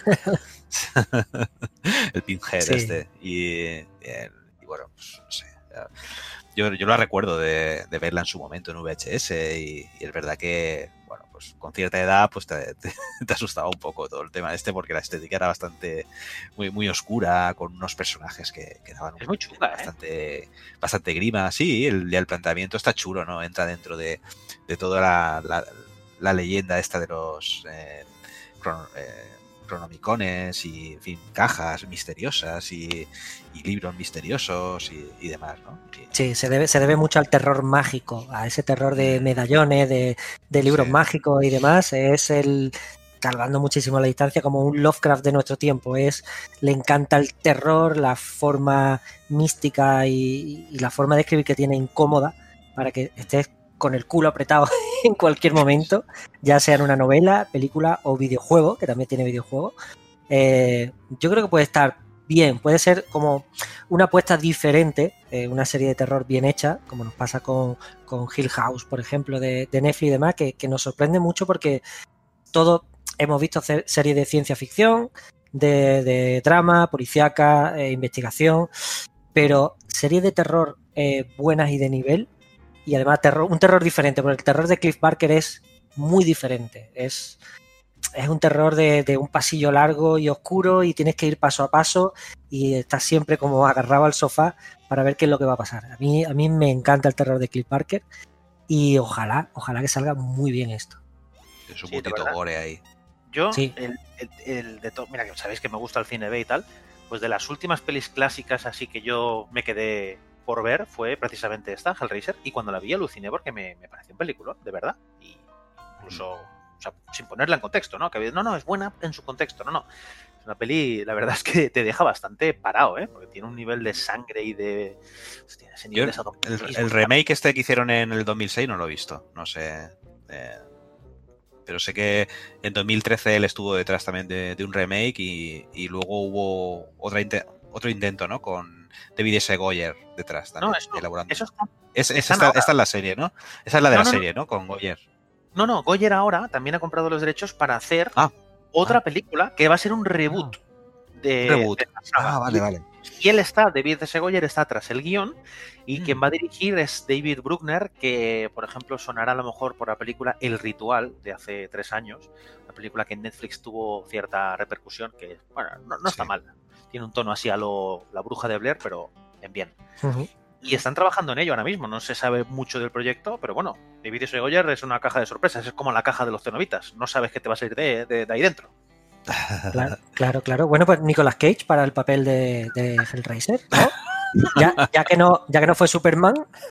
El pinhead sí. este. Y, y, y bueno, pues no sé. Yo, yo la recuerdo de, de verla en su momento en V H S y, y es verdad que, bueno, pues con cierta edad pues te, te, te asustaba un poco todo el tema este porque la estética era bastante muy, muy oscura, con unos personajes que, que daban es muy chula, bastante, ¿eh? bastante grima. Sí, el, el planteamiento está chulo, ¿no? Entra dentro de, de toda la, la, la leyenda esta de los eh, crono, eh, cronomicones y, en fin, cajas misteriosas y, y libros misteriosos y, y demás, ¿no? Y, sí, se debe, se debe mucho al terror mágico, a ese terror de medallones, de, de libros sí. mágicos y demás. Es el, salvando muchísimo la distancia, como un Lovecraft de nuestro tiempo. Es, le encanta el terror, la forma mística y, y la forma de escribir que tiene incómoda para que estés con el culo apretado en cualquier momento, ya sea en una novela, película o videojuego, que también tiene videojuego. Eh, yo creo que puede estar bien, puede ser como una apuesta diferente, eh, una serie de terror bien hecha, como nos pasa con, con Hill House, por ejemplo, de, de Netflix y demás, que, que nos sorprende mucho porque todos hemos visto series de ciencia ficción, de, de drama, policíaca, eh, investigación, pero series de terror eh, buenas y de nivel. Y además terror, un terror diferente, porque el terror de Clive Barker es muy diferente. Es, es un terror de, de un pasillo largo y oscuro y tienes que ir paso a paso y estás siempre como agarrado al sofá para ver qué es lo que va a pasar. A mí, a mí me encanta el terror de Clive Barker y ojalá, ojalá que salga muy bien esto. Es un sí, puntito gore ahí. Yo, sí. el, el, el de todo, mira, que sabéis que me gusta el cine B y tal, pues de las últimas pelis clásicas así que yo me quedé por ver fue precisamente esta, Hellraiser, y cuando la vi aluciné porque me, me pareció un película, de verdad, y incluso, o sea, sin ponerla en contexto, ¿no? Que no, no, es buena en su contexto, no, no. Es una peli, la verdad es que te deja bastante parado, ¿eh? Porque tiene un nivel de sangre y de... Hostia, ese nivel Yo, de el, el remake este que hicieron en el dos mil seis no lo he visto, no sé... Eh... Pero sé que en dos mil trece él estuvo detrás también de, de un remake y, y luego hubo otra inte- otro intento, ¿no? Con David S. Goyer detrás también, no, eso, elaborando. Eso está, es, es, esta, esta es la serie, ¿no? Esa es la de no, la no, serie, ¿no? Con Goyer. No, no, Goyer ahora también ha comprado los derechos para hacer ah, otra ah. película que va a ser un reboot. De, reboot. De la saga. Ah, vale, vale. Y él está, David S. Goyer está tras el guión y mm. quien va a dirigir es David Bruckner, que por ejemplo sonará a lo mejor por la película El Ritual de hace tres años, una película que en Netflix tuvo cierta repercusión, que bueno, no, no está sí. mal, tiene un tono así a lo La Bruja de Blair, pero en bien. Uh-huh. Y están trabajando en ello ahora mismo, no se sabe mucho del proyecto, pero bueno, David S. Goyer es una caja de sorpresas, es como la caja de los cenobitas, no sabes qué te va a salir de, de, de ahí dentro. Claro, claro, claro. Bueno, pues Nicolas Cage para el papel de, de Hellraiser, ¿no? Ya, ya, que no, ya que no fue Superman,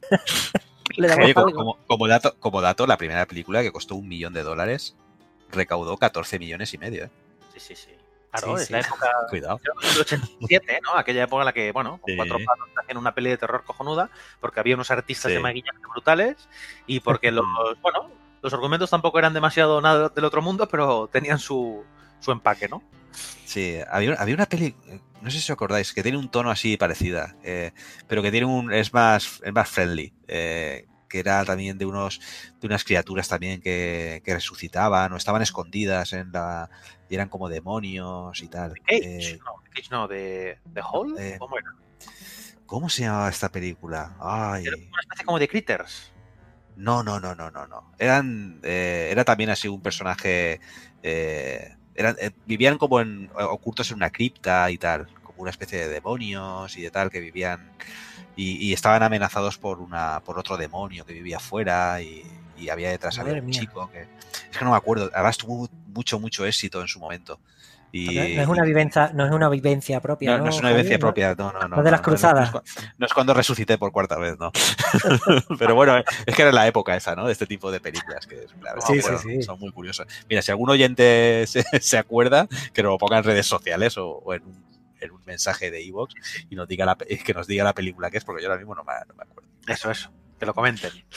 le damos Oye, algo. Como, como, dato, como dato, la primera película que costó un millón de dólares recaudó catorce millones y medio. ¿eh? Sí, sí, sí. Claro, sí, es sí. la época Cuidado. del ochenta y siete, ¿no? Aquella época en la que, bueno, con sí. cuatro palos hacían una peli de terror cojonuda, porque había unos artistas sí. de maquillaje brutales y porque los, bueno, los argumentos tampoco eran demasiado nada del otro mundo, pero tenían su, su empaque, ¿no? Sí, había, había una peli, no sé si os acordáis, que tiene un tono así parecida, eh, pero que tiene un es más es más friendly, eh, que era también de unos de unas criaturas también que, que resucitaban o estaban escondidas en la y eran como demonios y tal. ¿De Cage? Eh, no, de Cage no, de, de Hall, eh, ¿cómo era? ¿Cómo se llamaba esta película? Ay. Era una especie como de Critters. No, no, no, no, no, no. Eran eh, era también así un personaje eh, Eran, eh, vivían como en, ocultos en una cripta y tal, como una especie de demonios y de tal que vivían y, y estaban amenazados por una por otro demonio que vivía afuera y, y había detrás había un mía. chico que es que no me acuerdo, además tuvo mucho mucho éxito en su momento. Y, no es una vivencia, no es una vivencia propia, no, ¿no? no es una vivencia propia, no, no, no. No de las cruzadas. No, no, es, no es cuando resucité por cuarta vez, no. Pero bueno, es que era la época esa, ¿no? De este tipo de películas que claro, sí, bueno, sí, sí. son muy curiosas. Mira, si algún oyente se, se acuerda, que nos lo ponga en redes sociales o, o en, un, en un mensaje de iVoox y nos diga la, que nos diga la película que es, porque yo ahora mismo no me, no me acuerdo. Eso, eso, que lo comenten.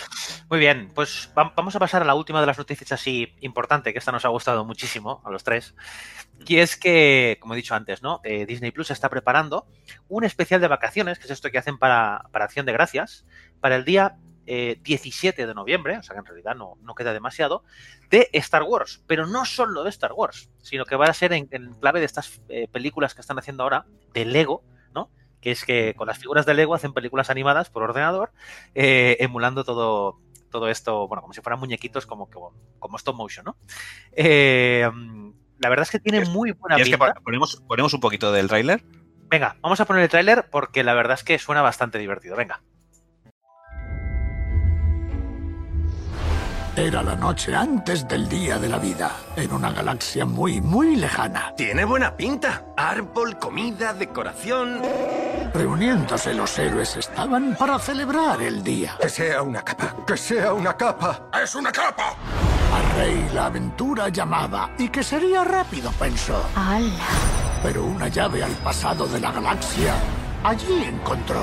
Muy bien, pues vamos a pasar a la última de las noticias así importante, que esta nos ha gustado muchísimo a los tres, y es que, como he dicho antes, ¿no? Eh, Disney Plus está preparando un especial de vacaciones, que es esto que hacen para, para Acción de Gracias, para el día eh, diecisiete de noviembre, o sea que en realidad no, no queda demasiado, de Star Wars, pero no solo de Star Wars, sino que va a ser en, en clave de estas eh, películas que están haciendo ahora de Lego, ¿no? Que es que con las figuras de Lego hacen películas animadas por ordenador, eh, emulando todo, todo esto, bueno, como si fueran muñequitos como, como, como stop motion, ¿no? Eh, la verdad es que tiene muy buena pinta. ¿Quieres que ponemos, ponemos un poquito del tráiler? Venga, vamos a poner el tráiler porque la verdad es que suena bastante divertido. Venga. Era la noche antes del día de la vida, en una galaxia muy, muy lejana. Tiene buena pinta. Árbol, comida, decoración. Reuniéndose los héroes estaban para celebrar el día. Que sea una capa, que sea una capa. ¡Es una capa! A Rey la aventura llamaba y que sería rápido, pensó. ¡Hala! Pero una llave al pasado de la galaxia allí encontró.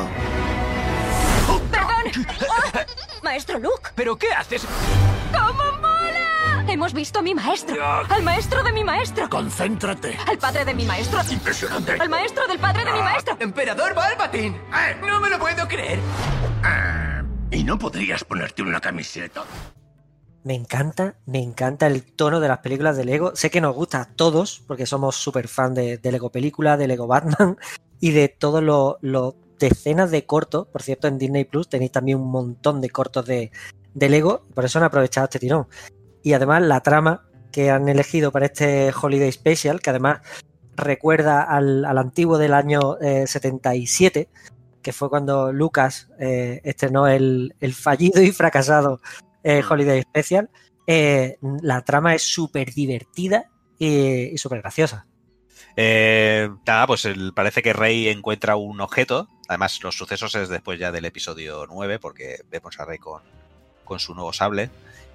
¡Perdón! ¡Oh! ¡Maestro Luke! ¿Pero qué haces? ¡Cómo mola! Hemos visto a mi maestro. ¡Al maestro de mi maestro! Concéntrate. ¡Al padre de mi maestro! Impresionante. ¡Al maestro del padre de mi maestro! ¡Emperador Palpatine! ¡Eh! ¡No me lo puedo creer! Ah, ¿y no podrías ponerte una camiseta? Me encanta, me encanta el tono de las películas de Lego. Sé que nos gusta a todos, porque somos súper fan de, de Lego Película, de Lego Batman y de todos los... los decenas de cortos. Por cierto, en Disney Plus tenéis también un montón de cortos de, de Lego, por eso han aprovechado este tirón. Y además la trama que han elegido para este Holiday Special, que además recuerda al, al antiguo del año eh, setenta y siete, que fue cuando Lucas eh, estrenó el, el fallido y fracasado eh, Holiday Special. Eh, la trama es súper divertida y, y súper graciosa. Eh, nada, pues el, parece que Rey encuentra un objeto. Además, los sucesos es después ya del episodio nueve, porque vemos a Rey con, con su nuevo sable.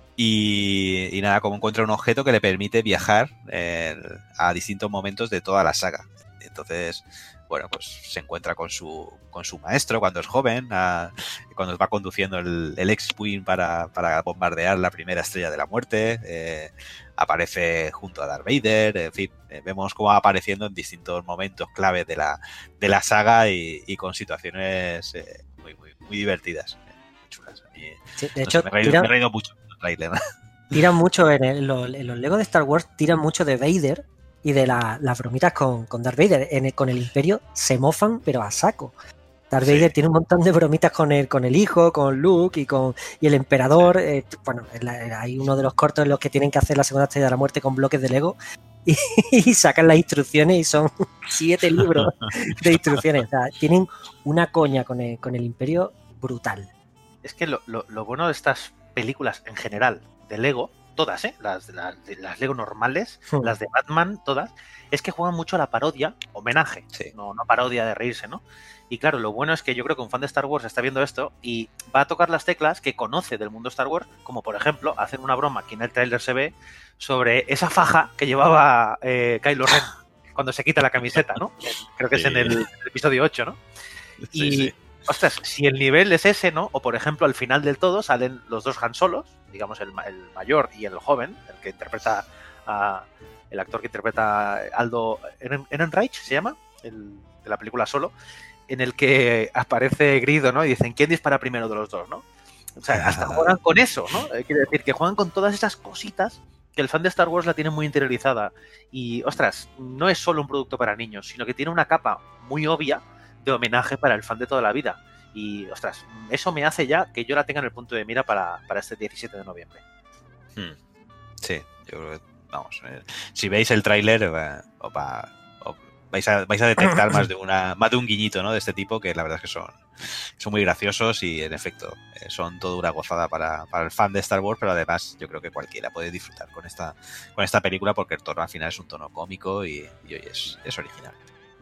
Y, y nada, como encuentra un objeto que le permite viajar eh, a distintos momentos de toda la saga. Entonces, bueno, pues se encuentra con su, con su maestro cuando es joven, a, cuando va conduciendo el, el X-Wing para, para bombardear la primera estrella de la muerte. Eh, aparece junto a Darth Vader, en fin, eh, vemos cómo va apareciendo en distintos momentos clave de la, de la saga y, y con situaciones eh, muy, muy, muy divertidas, eh, muy chulas. Y, sí, de no hecho, sé, me, he reído, tira, me he reído mucho en el trailer. Tiran mucho en, el, en, los, en los Lego de Star Wars, tiran mucho de Vader y de la, las bromitas con, con Darth Vader. En el, con el Imperio se mofan, pero a saco. Darth sí. Vader tiene un montón de bromitas con el, con el hijo, con Luke y con y el emperador. Sí. Eh, bueno, la, hay uno de los cortos en los que tienen que hacer la segunda estrella de la muerte con bloques de Lego y, y sacan las instrucciones y son siete libros de instrucciones. O sea, tienen una coña con el, con el Imperio brutal. Es que lo, lo, lo bueno de estas películas en general de Lego, todas, ¿eh? Las, las, las Lego normales, sí. las de Batman, todas, es que juegan mucho a la parodia, homenaje, sí. no, no parodia de reírse, ¿no? Y claro, lo bueno es que yo creo que un fan de Star Wars está viendo esto y va a tocar las teclas que conoce del mundo Star Wars, como por ejemplo hacer una broma que en el tráiler se ve sobre esa faja que llevaba eh, Kylo Ren cuando se quita la camiseta, ¿no? Creo que sí. es en el, el episodio ocho, ¿no? Y, sí, sí. ostras, si el nivel es ese, ¿no? O por ejemplo al final del todo salen los dos Han Solos, digamos el, el mayor y el joven, el que interpreta a, el actor que interpreta a Aldo Ehrenreich, se llama, el, de la película Solo, en el que aparece Grido, ¿no? Y dicen, ¿quién dispara primero de los dos, no? O sea, hasta juegan con eso, ¿no? Quiere decir que juegan con todas esas cositas que el fan de Star Wars la tiene muy interiorizada. Y, ostras, no es solo un producto para niños, sino que tiene una capa muy obvia de homenaje para el fan de toda la vida. Y, ostras, eso me hace ya que yo la tenga en el punto de mira para, para este diecisiete de noviembre. Hmm. Sí, yo creo que, vamos, eh, si veis el tráiler, eh, opa, Vais a, vais a detectar más de una más de un guiñito, ¿no? De este tipo, que la verdad es que son, son muy graciosos y en efecto eh, son toda una gozada para, para el fan de Star Wars, pero además yo creo que cualquiera puede disfrutar con esta con esta película porque el tono al final es un tono cómico y, y hoy es, es original.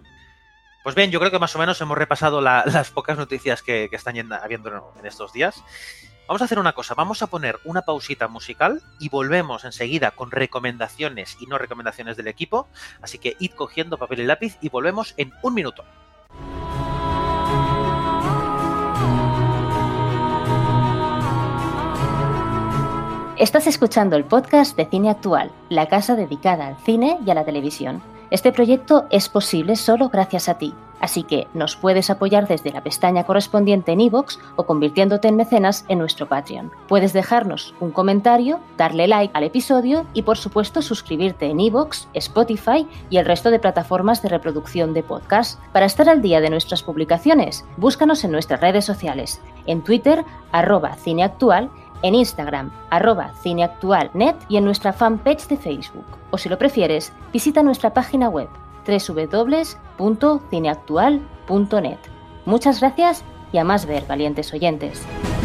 Pues bien, yo creo que más o menos hemos repasado la, las pocas noticias que, que están habiendo en estos días. Vamos a hacer una cosa, vamos a poner una pausita musical y volvemos enseguida con recomendaciones y no recomendaciones del equipo, así que id cogiendo papel y lápiz y volvemos en un minuto. Estás escuchando el podcast de Cine Actual, la casa dedicada al cine y a la televisión. Este proyecto es posible solo gracias a ti, así que nos puedes apoyar desde la pestaña correspondiente en iVoox o convirtiéndote en mecenas en nuestro Patreon. Puedes dejarnos un comentario, darle like al episodio y por supuesto suscribirte en iVoox, Spotify y el resto de plataformas de reproducción de podcast. Para estar al día de nuestras publicaciones, búscanos en nuestras redes sociales, en Twitter, arroba cineactual, en Instagram, arroba cineactualnet y en nuestra fanpage de Facebook. O si lo prefieres, visita nuestra página web doble u doble u doble u punto cineactual punto net. Muchas gracias y a más ver, valientes oyentes.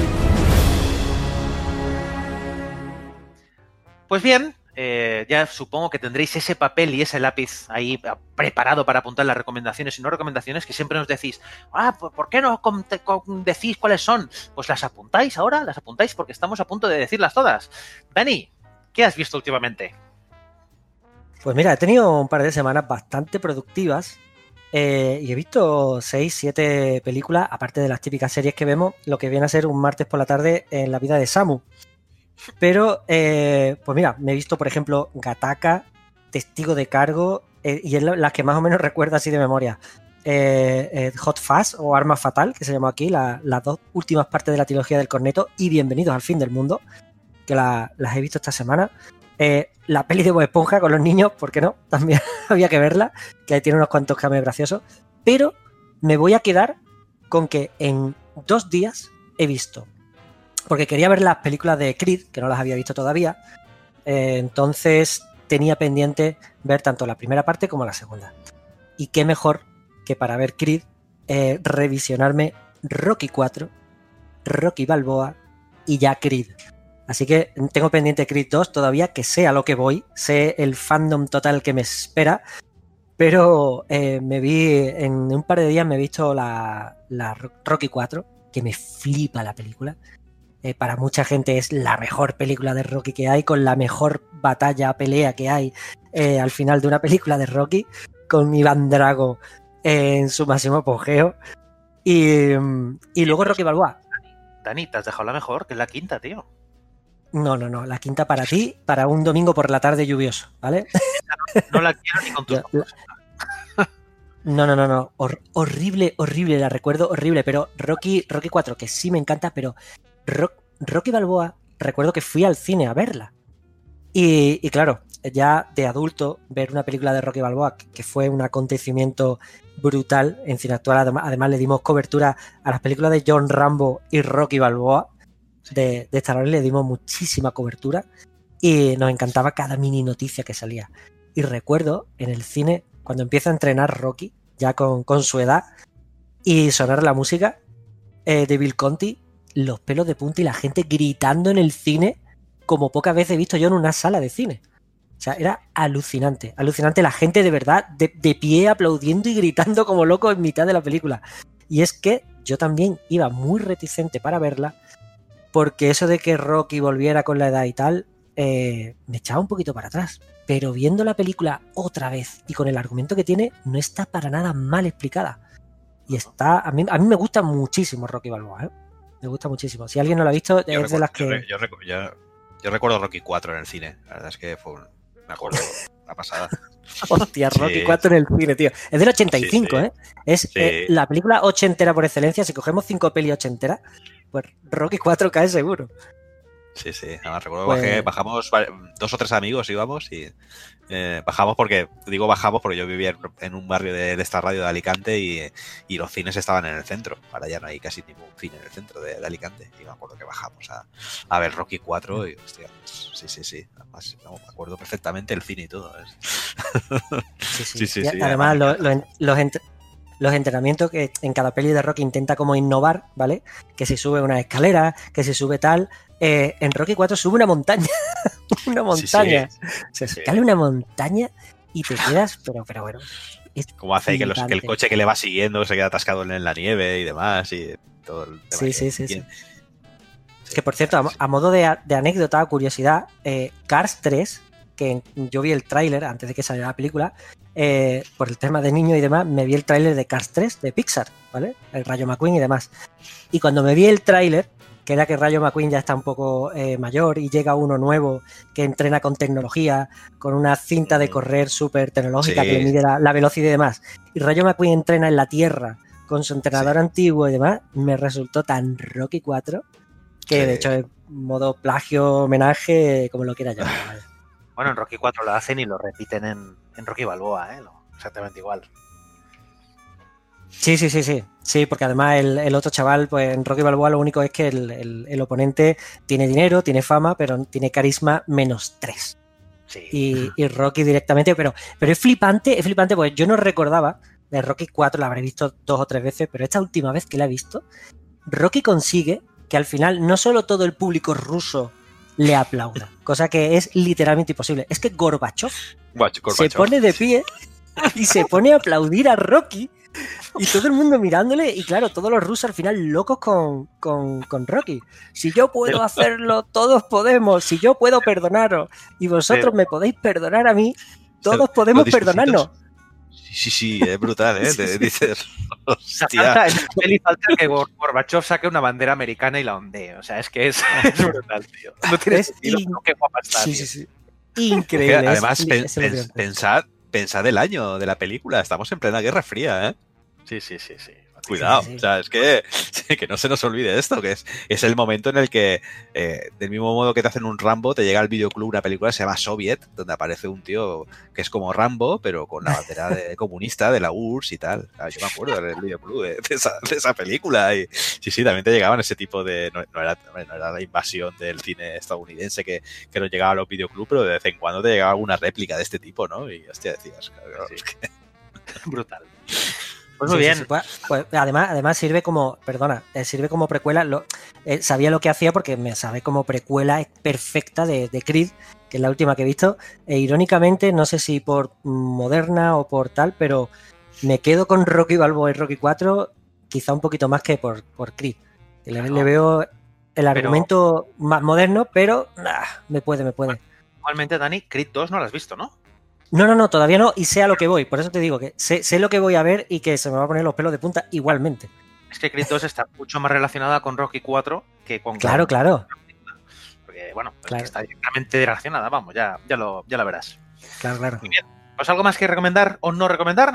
Pues bien, eh, ya supongo que tendréis ese papel y ese lápiz ahí preparado para apuntar las recomendaciones y no recomendaciones que siempre nos decís. Ah, ¿por qué no decís cuáles son? Pues las apuntáis ahora, las apuntáis porque estamos a punto de decirlas todas. Dani, ¿qué has visto últimamente? Pues mira, he tenido un par de semanas bastante productivas eh, y he visto seis, siete películas, aparte de las típicas series que vemos, lo que viene a ser un martes por la tarde en la vida de Samu. Pero, eh, pues mira, me he visto, por ejemplo, Gattaca, Testigo de Cargo, eh, y es las que más o menos recuerdo así de memoria. Eh, eh, Hot Fuzz o Arma Fatal, que se llamó aquí, la, las dos últimas partes de la trilogía del Corneto, y Bienvenidos al Fin del Mundo, que la, las he visto esta semana. Eh, la peli de Bob Esponja con los niños, ¿por qué no? También había que verla, que tiene unos cuantos cameos graciosos. Pero me voy a quedar con que en dos días he visto, porque quería ver las películas de Creed, que no las había visto todavía, eh, entonces tenía pendiente ver tanto la primera parte como la segunda. Y qué mejor que para ver Creed, eh, revisionarme Rocky cuatro, Rocky Balboa y ya Creed. Así que tengo pendiente Creed dos todavía, que sé a lo que voy, sé el fandom total que me espera, pero eh, me vi, en un par de días me he visto la, la Rocky cuatro, que me flipa la película. Eh, para mucha gente es la mejor película de Rocky que hay, con la mejor batalla, pelea que hay eh, al final de una película de Rocky, con Iván Drago eh, en su máximo apogeo. Y, y luego Rocky Balboa. Dani, te has dejado la mejor, que es la quinta, tío. No, no, no, la quinta para ti, para un domingo por la tarde lluvioso, ¿vale? No, no la quiero ni con tus ojos. No, no, no, no, Hor- horrible, horrible, la recuerdo horrible, pero Rocky, Rocky cuatro, que sí me encanta, pero Rock, Rocky Balboa, recuerdo que fui al cine a verla. Y, y claro, ya de adulto, ver una película de Rocky Balboa, que fue un acontecimiento brutal en Cine Actual, además le dimos cobertura a las películas de John Rambo y Rocky Balboa, de, de Stallone, le dimos muchísima cobertura y nos encantaba cada mini noticia que salía. Y recuerdo en el cine, cuando empieza a entrenar Rocky, ya con, con su edad, y sonar la música eh, de Bill Conti, los pelos de punta y la gente gritando en el cine como pocas veces he visto yo en una sala de cine. O sea, era alucinante, alucinante, la gente de verdad de, de pie aplaudiendo y gritando como loco en mitad de la película. Y es que yo también iba muy reticente para verla, porque eso de que Rocky volviera con la edad y tal, eh, me echaba un poquito para atrás. Pero viendo la película otra vez y con el argumento que tiene, no está para nada mal explicada. Y está, a mí, a mí me gusta muchísimo Rocky Balboa, ¿eh? Me gusta muchísimo. Si alguien no lo ha visto, es recuerdo, de las que... Yo, yo, yo, yo recuerdo Rocky cuatro en el cine. La verdad es que fue un... Me acuerdo, la pasada. Hostia, Rocky sí. cuatro en el cine, tío. Es del ochenta y cinco, sí, sí. ¿eh? Es sí. eh, la película ochentera por excelencia. Si cogemos cinco pelis ochenteras, pues Rocky cuatro cae seguro. Sí, sí. Además, recuerdo pues... que bajamos dos o tres amigos, íbamos y eh, bajamos porque, digo bajamos porque yo vivía en un barrio de, de esta radio de Alicante y, y los cines estaban en el centro. Ahora ya no hay casi ningún cine en el centro de, de Alicante. Y me acuerdo que bajamos a, a ver Rocky cuatro y, hostia, sí, sí, sí. Además, no, me acuerdo perfectamente el cine y todo. Sí, sí. sí, sí, y sí, además, lo, lo, los, ent los entrenamientos que en cada peli de Rocky intenta como innovar, ¿vale? Que si sube una escalera, que si sube tal... Eh, en Rocky cuatro sube una montaña. una montaña. Sí, sí. Se escala una montaña y te quedas, pero, pero bueno. Como hace que, los, que el coche que le va siguiendo se queda atascado en la nieve y demás. Y todo el tema sí, sí, sí, sí. Que por cierto, a, a modo de, de anécdota o curiosidad, eh, Cars tres, que yo vi el tráiler antes de que saliera la película, eh, por el tema de niño y demás, me vi el tráiler de Cars tres de Pixar, ¿vale? El Rayo McQueen y demás. Y cuando me vi el tráiler, que era que Rayo McQueen ya está un poco eh, mayor y llega uno nuevo que entrena con tecnología, con una cinta de correr súper tecnológica sí. que le mide la, la velocidad y demás. Y Rayo McQueen entrena en la Tierra con su entrenador sí. antiguo y demás, me resultó tan Rocky cuatro que sí. de hecho es modo plagio, homenaje, como lo quiera llamar. ¿Vale? Bueno, en Rocky cuatro lo hacen y lo repiten en, en Rocky Balboa, ¿eh? Exactamente igual. Sí, sí, sí, sí. Sí, porque además el, el otro chaval, pues en Rocky Balboa lo único es que el, el, el oponente tiene dinero, tiene fama, pero tiene carisma menos tres. Sí. Y, y Rocky directamente, pero, pero es flipante, es flipante, pues yo no recordaba de Rocky cuatro, la habré visto dos o tres veces, pero esta última vez que la he visto, Rocky consigue que al final no solo todo el público ruso le aplauda, cosa que es literalmente imposible, es que Gorbachev, Gorbachev se pone de pie y se pone a aplaudir a Rocky y todo el mundo mirándole y claro, todos los rusos al final locos con, con, con Rocky. Si yo puedo hacerlo, todos podemos, si yo puedo perdonaros y vosotros me podéis perdonar a mí, todos podemos perdonarnos. Sí, sí, es brutal, ¿eh? Te dices, hostia. Falta, en la peli falta que Gorbachev saque una bandera americana y la ondee. O sea, es que es, es brutal, tío. No tiene es sentido, in... qué guapa está, sí, tío. sí, sí. Increíble. Además, es, pen, es pens, pensad, pensad el año de la película. Estamos en plena Guerra Fría, ¿eh? Sí, sí, sí, sí. Cuidado, sí, sí. O sea, es que, que no se nos olvide esto, que es, es el momento en el que, eh, del mismo modo que te hacen un Rambo, te llega al videoclub una película que se llama Soviet, donde aparece un tío que es como Rambo, pero con la bandera de comunista de la U R S S y tal. Ah, yo me acuerdo del videoclub de, de, esa, de esa película. Y sí, sí, también te llegaban ese tipo de... No, no, era, no era la invasión del cine estadounidense que, que nos llegaba a los videoclubs, pero de vez en cuando te llegaba alguna réplica de este tipo, ¿no? Y hostia, decías, claro, sí. es que... Brutal. Pues muy sí, bien. Sí, sí, pues, pues, además, además sirve como, perdona, eh, sirve como precuela. Lo, eh, sabía lo que hacía porque me sabe como precuela perfecta de, de Creed, que es la última que he visto. E irónicamente, no sé si por moderna o por tal, pero me quedo con Rocky Balboa y Rocky cuatro, quizá un poquito más que por, por Creed. Le, no, le veo el argumento pero, más moderno, pero nah, me puede, me puede. Igualmente, Dani, Creed dos no lo has visto, ¿no? No, no, no, todavía no, y sé a lo que voy. Por eso te digo que sé, sé lo que voy a ver y que se me va a poner los pelos de punta igualmente. Es que Creed dos está mucho más relacionada con Rocky cuatro que con... Claro, claro. Porque, bueno, claro. Es que está directamente relacionada, vamos, ya, ya, lo, ya lo verás. Claro, claro. Muy bien. ¿Pues algo más que recomendar o no recomendar?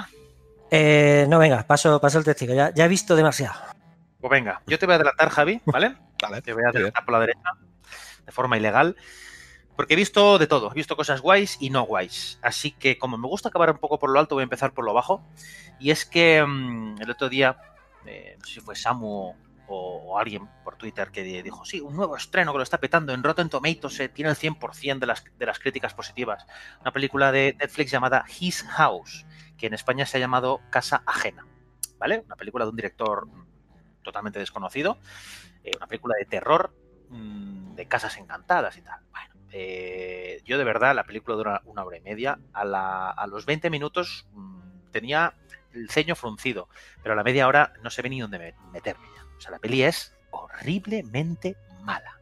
Eh, no, venga, paso, paso el testigo. Ya, ya he visto demasiado. Pues venga, yo te voy a adelantar, Javi, ¿vale? Vale. Te voy a adelantar por la derecha, de forma ilegal. Porque he visto de todo, he visto cosas guays y no guays. Así que como me gusta acabar un poco por lo alto, voy a empezar por lo bajo. Y es que mmm, el otro día, eh, no sé si fue Samu o, o alguien por Twitter que dijo, sí, un nuevo estreno que lo está petando en Rotten Tomatoes, eh, tiene el cien por ciento de las, de las críticas positivas. Una película de Netflix llamada His House, que en España se ha llamado Casa Ajena. ¿Vale? Una película de un director totalmente desconocido. Eh, una película de terror, mmm, de casas encantadas y tal. Bueno. Eh, yo de verdad, la película dura una hora y media. A, la, a los veinte minutos mmm, tenía el ceño fruncido, pero a la media hora no se ve ni dónde meterme ya. O sea, la peli es horriblemente mala.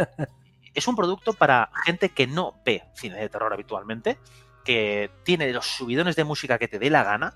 Es un producto para gente que no ve cine de terror habitualmente, que tiene los subidones de música que te dé la gana,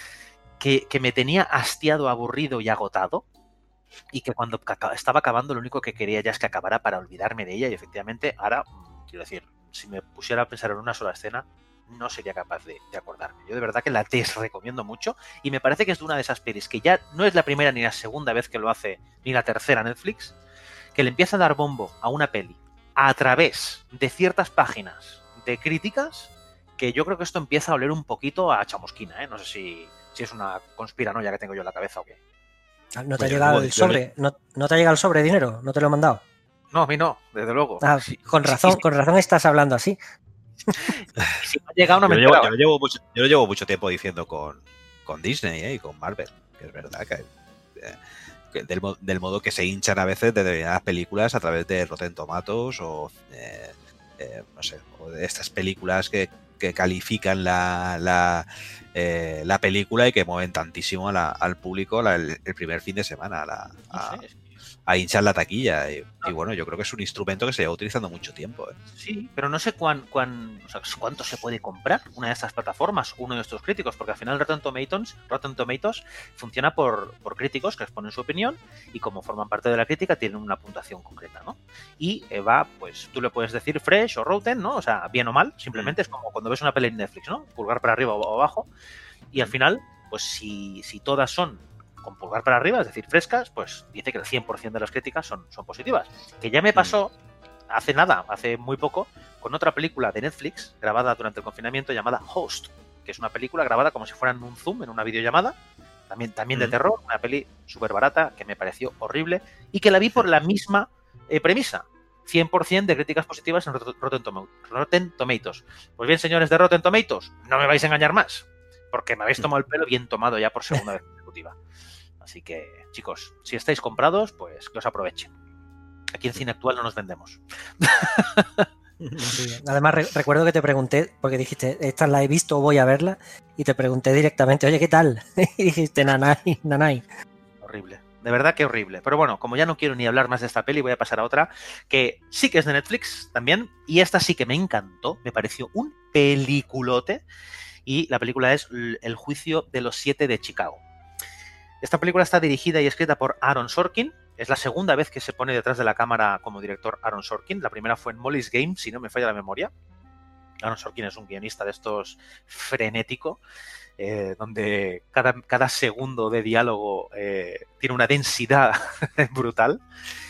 que, que me tenía hastiado, aburrido y agotado. Y que cuando estaba acabando lo único que quería ya es que acabara para olvidarme de ella y efectivamente ahora, quiero decir, si me pusiera a pensar en una sola escena no sería capaz de, de acordarme. Yo de verdad que la desrecomiendo mucho y me parece que es de una de esas pelis que ya no es la primera ni la segunda vez que lo hace, ni la tercera Netflix, que le empieza a dar bombo a una peli a través de ciertas páginas de críticas que yo creo que esto empieza a oler un poquito a chamusquina, ¿eh? No sé si, si es una conspiranoia que tengo yo en la cabeza o qué. ¿No te ha llegado el sobre? ¿No, ¿No te ha llegado el sobre de dinero? ¿No te lo he mandado? No, a mí no, desde luego. Ah, sí, con razón, sí, con razón estás hablando así. Si me ha llegado, no me yo, he llevo, enterado. yo, lo llevo mucho, yo lo llevo mucho tiempo diciendo con, con Disney ¿eh? y con Marvel, que es verdad que, eh, que del, del modo que se hinchan a veces de determinadas películas a través de Rotten Tomatoes o eh, eh, no sé, o de estas películas que, que califican la, la, eh, la película y que mueven tantísimo a la, al público la, el, el primer fin de semana. A la, a, no sé, a hinchar la taquilla. Y, y bueno, yo creo que es un instrumento que se lleva utilizando mucho tiempo. ¿eh? Sí, pero no sé cuán, cuán, o sea, cuánto se puede comprar una de estas plataformas, uno de estos críticos, porque al final Rotten Tomatoes, Rotten Tomatoes funciona por, por críticos que exponen su opinión y como forman parte de la crítica tienen una puntuación concreta, ¿no? Y eh, va, pues tú le puedes decir fresh o rotten, ¿no? O sea, bien o mal, simplemente es como cuando ves una peli en Netflix, ¿no? Pulgar para arriba o abajo y al final, pues si, si todas son con pulgar para arriba, es decir, frescas, pues dice que el cien por ciento de las críticas son, son positivas. Que ya me pasó hace nada, hace muy poco, con otra película de Netflix grabada durante el confinamiento llamada Host, que es una película grabada como si fuera en un Zoom, en una videollamada, también, también de terror, una peli súper barata que me pareció horrible y que la vi por la misma eh, premisa. cien por ciento de críticas positivas en Rotten Tomatoes. Pues bien, señores de Rotten Tomatoes, no me vais a engañar más, porque me habéis tomado el pelo bien tomado ya por segunda vez consecutiva. Así que, chicos, si estáis comprados, pues que os aprovechen. Aquí en Cine Actual no nos vendemos. Sí. Además, re recuerdo que te pregunté, porque dijiste, esta la he visto, voy a verla, y te pregunté directamente, oye, ¿qué tal? Y dijiste, nanay, nanay. Horrible. De verdad que horrible. Pero bueno, como ya no quiero ni hablar más de esta peli, voy a pasar a otra que sí que es de Netflix también. Y esta sí que me encantó. Me pareció un peliculote. Y la película es El juicio de los siete de Chicago. Esta película está dirigida y escrita por Aaron Sorkin. Es la segunda vez que se pone detrás de la cámara como director Aaron Sorkin. La primera fue en Molly's Game, si no me falla la memoria. Aaron Sorkin es un guionista de estos frenético, eh, donde cada, cada segundo de diálogo eh, tiene una densidad brutal.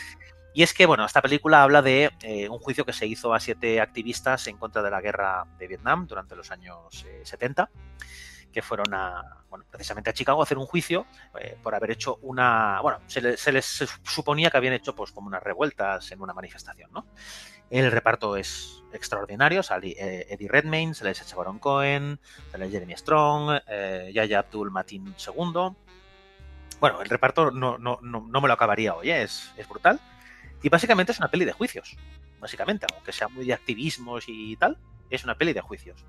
Y es que, bueno, esta película habla de eh, un juicio que se hizo a siete activistas en contra de la guerra de Vietnam durante los años eh, setenta, que fueron a, bueno, precisamente a Chicago a hacer un juicio eh, por haber hecho una... Bueno, se, le, se les suponía que habían hecho pues como unas revueltas en una manifestación, ¿no? El reparto es extraordinario, sale eh, Eddie Redmayne, sale Sacha Baron Cohen, sale Jeremy Strong, eh, Yahya Abdul-Mateen segundo. Bueno, el reparto no, no, no, no me lo acabaría hoy, ¿eh? es, es brutal. Y básicamente es una peli de juicios, básicamente, aunque sea muy de activismos y tal, es una peli de juicios.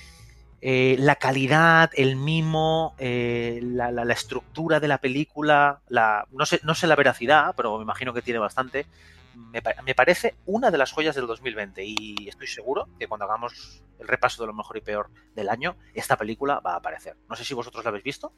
Eh, la calidad, el mimo, eh, la, la, la estructura de la película, la, no sé, no sé la veracidad, pero me imagino que tiene bastante, me, me parece una de las joyas del dos mil veinte y estoy seguro que cuando hagamos el repaso de lo mejor y peor del año, esta película va a aparecer. No sé si vosotros la habéis visto.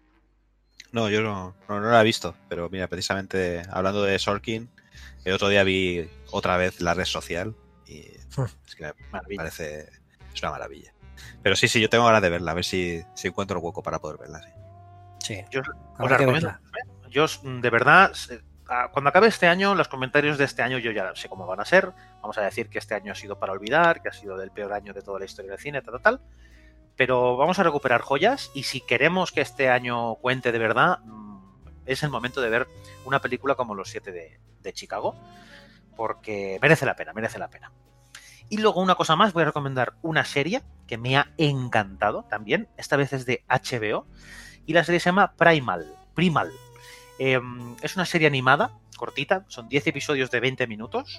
No, yo no, no, no la he visto, pero mira, precisamente hablando de Sorkin, el otro día vi otra vez La Red Social y es que me parece, es una maravilla. Pero sí, sí, yo tengo ganas de verla, a ver si, si encuentro el hueco para poder verla. Sí, sí yo os la recomiendo. Yo, de verdad, cuando acabe este año, los comentarios de este año yo ya sé cómo van a ser. Vamos a decir que este año ha sido para olvidar, que ha sido el peor año de toda la historia del cine, tal, tal, tal. Pero vamos a recuperar joyas y si queremos que este año cuente de verdad, es el momento de ver una película como Los Siete de, de Chicago, porque merece la pena, merece la pena. Y luego una cosa más, voy a recomendar una serie que me ha encantado también, esta vez es de H B O, y la serie se llama Primal. Primal. Eh, es una serie animada, cortita, son diez episodios de veinte minutos.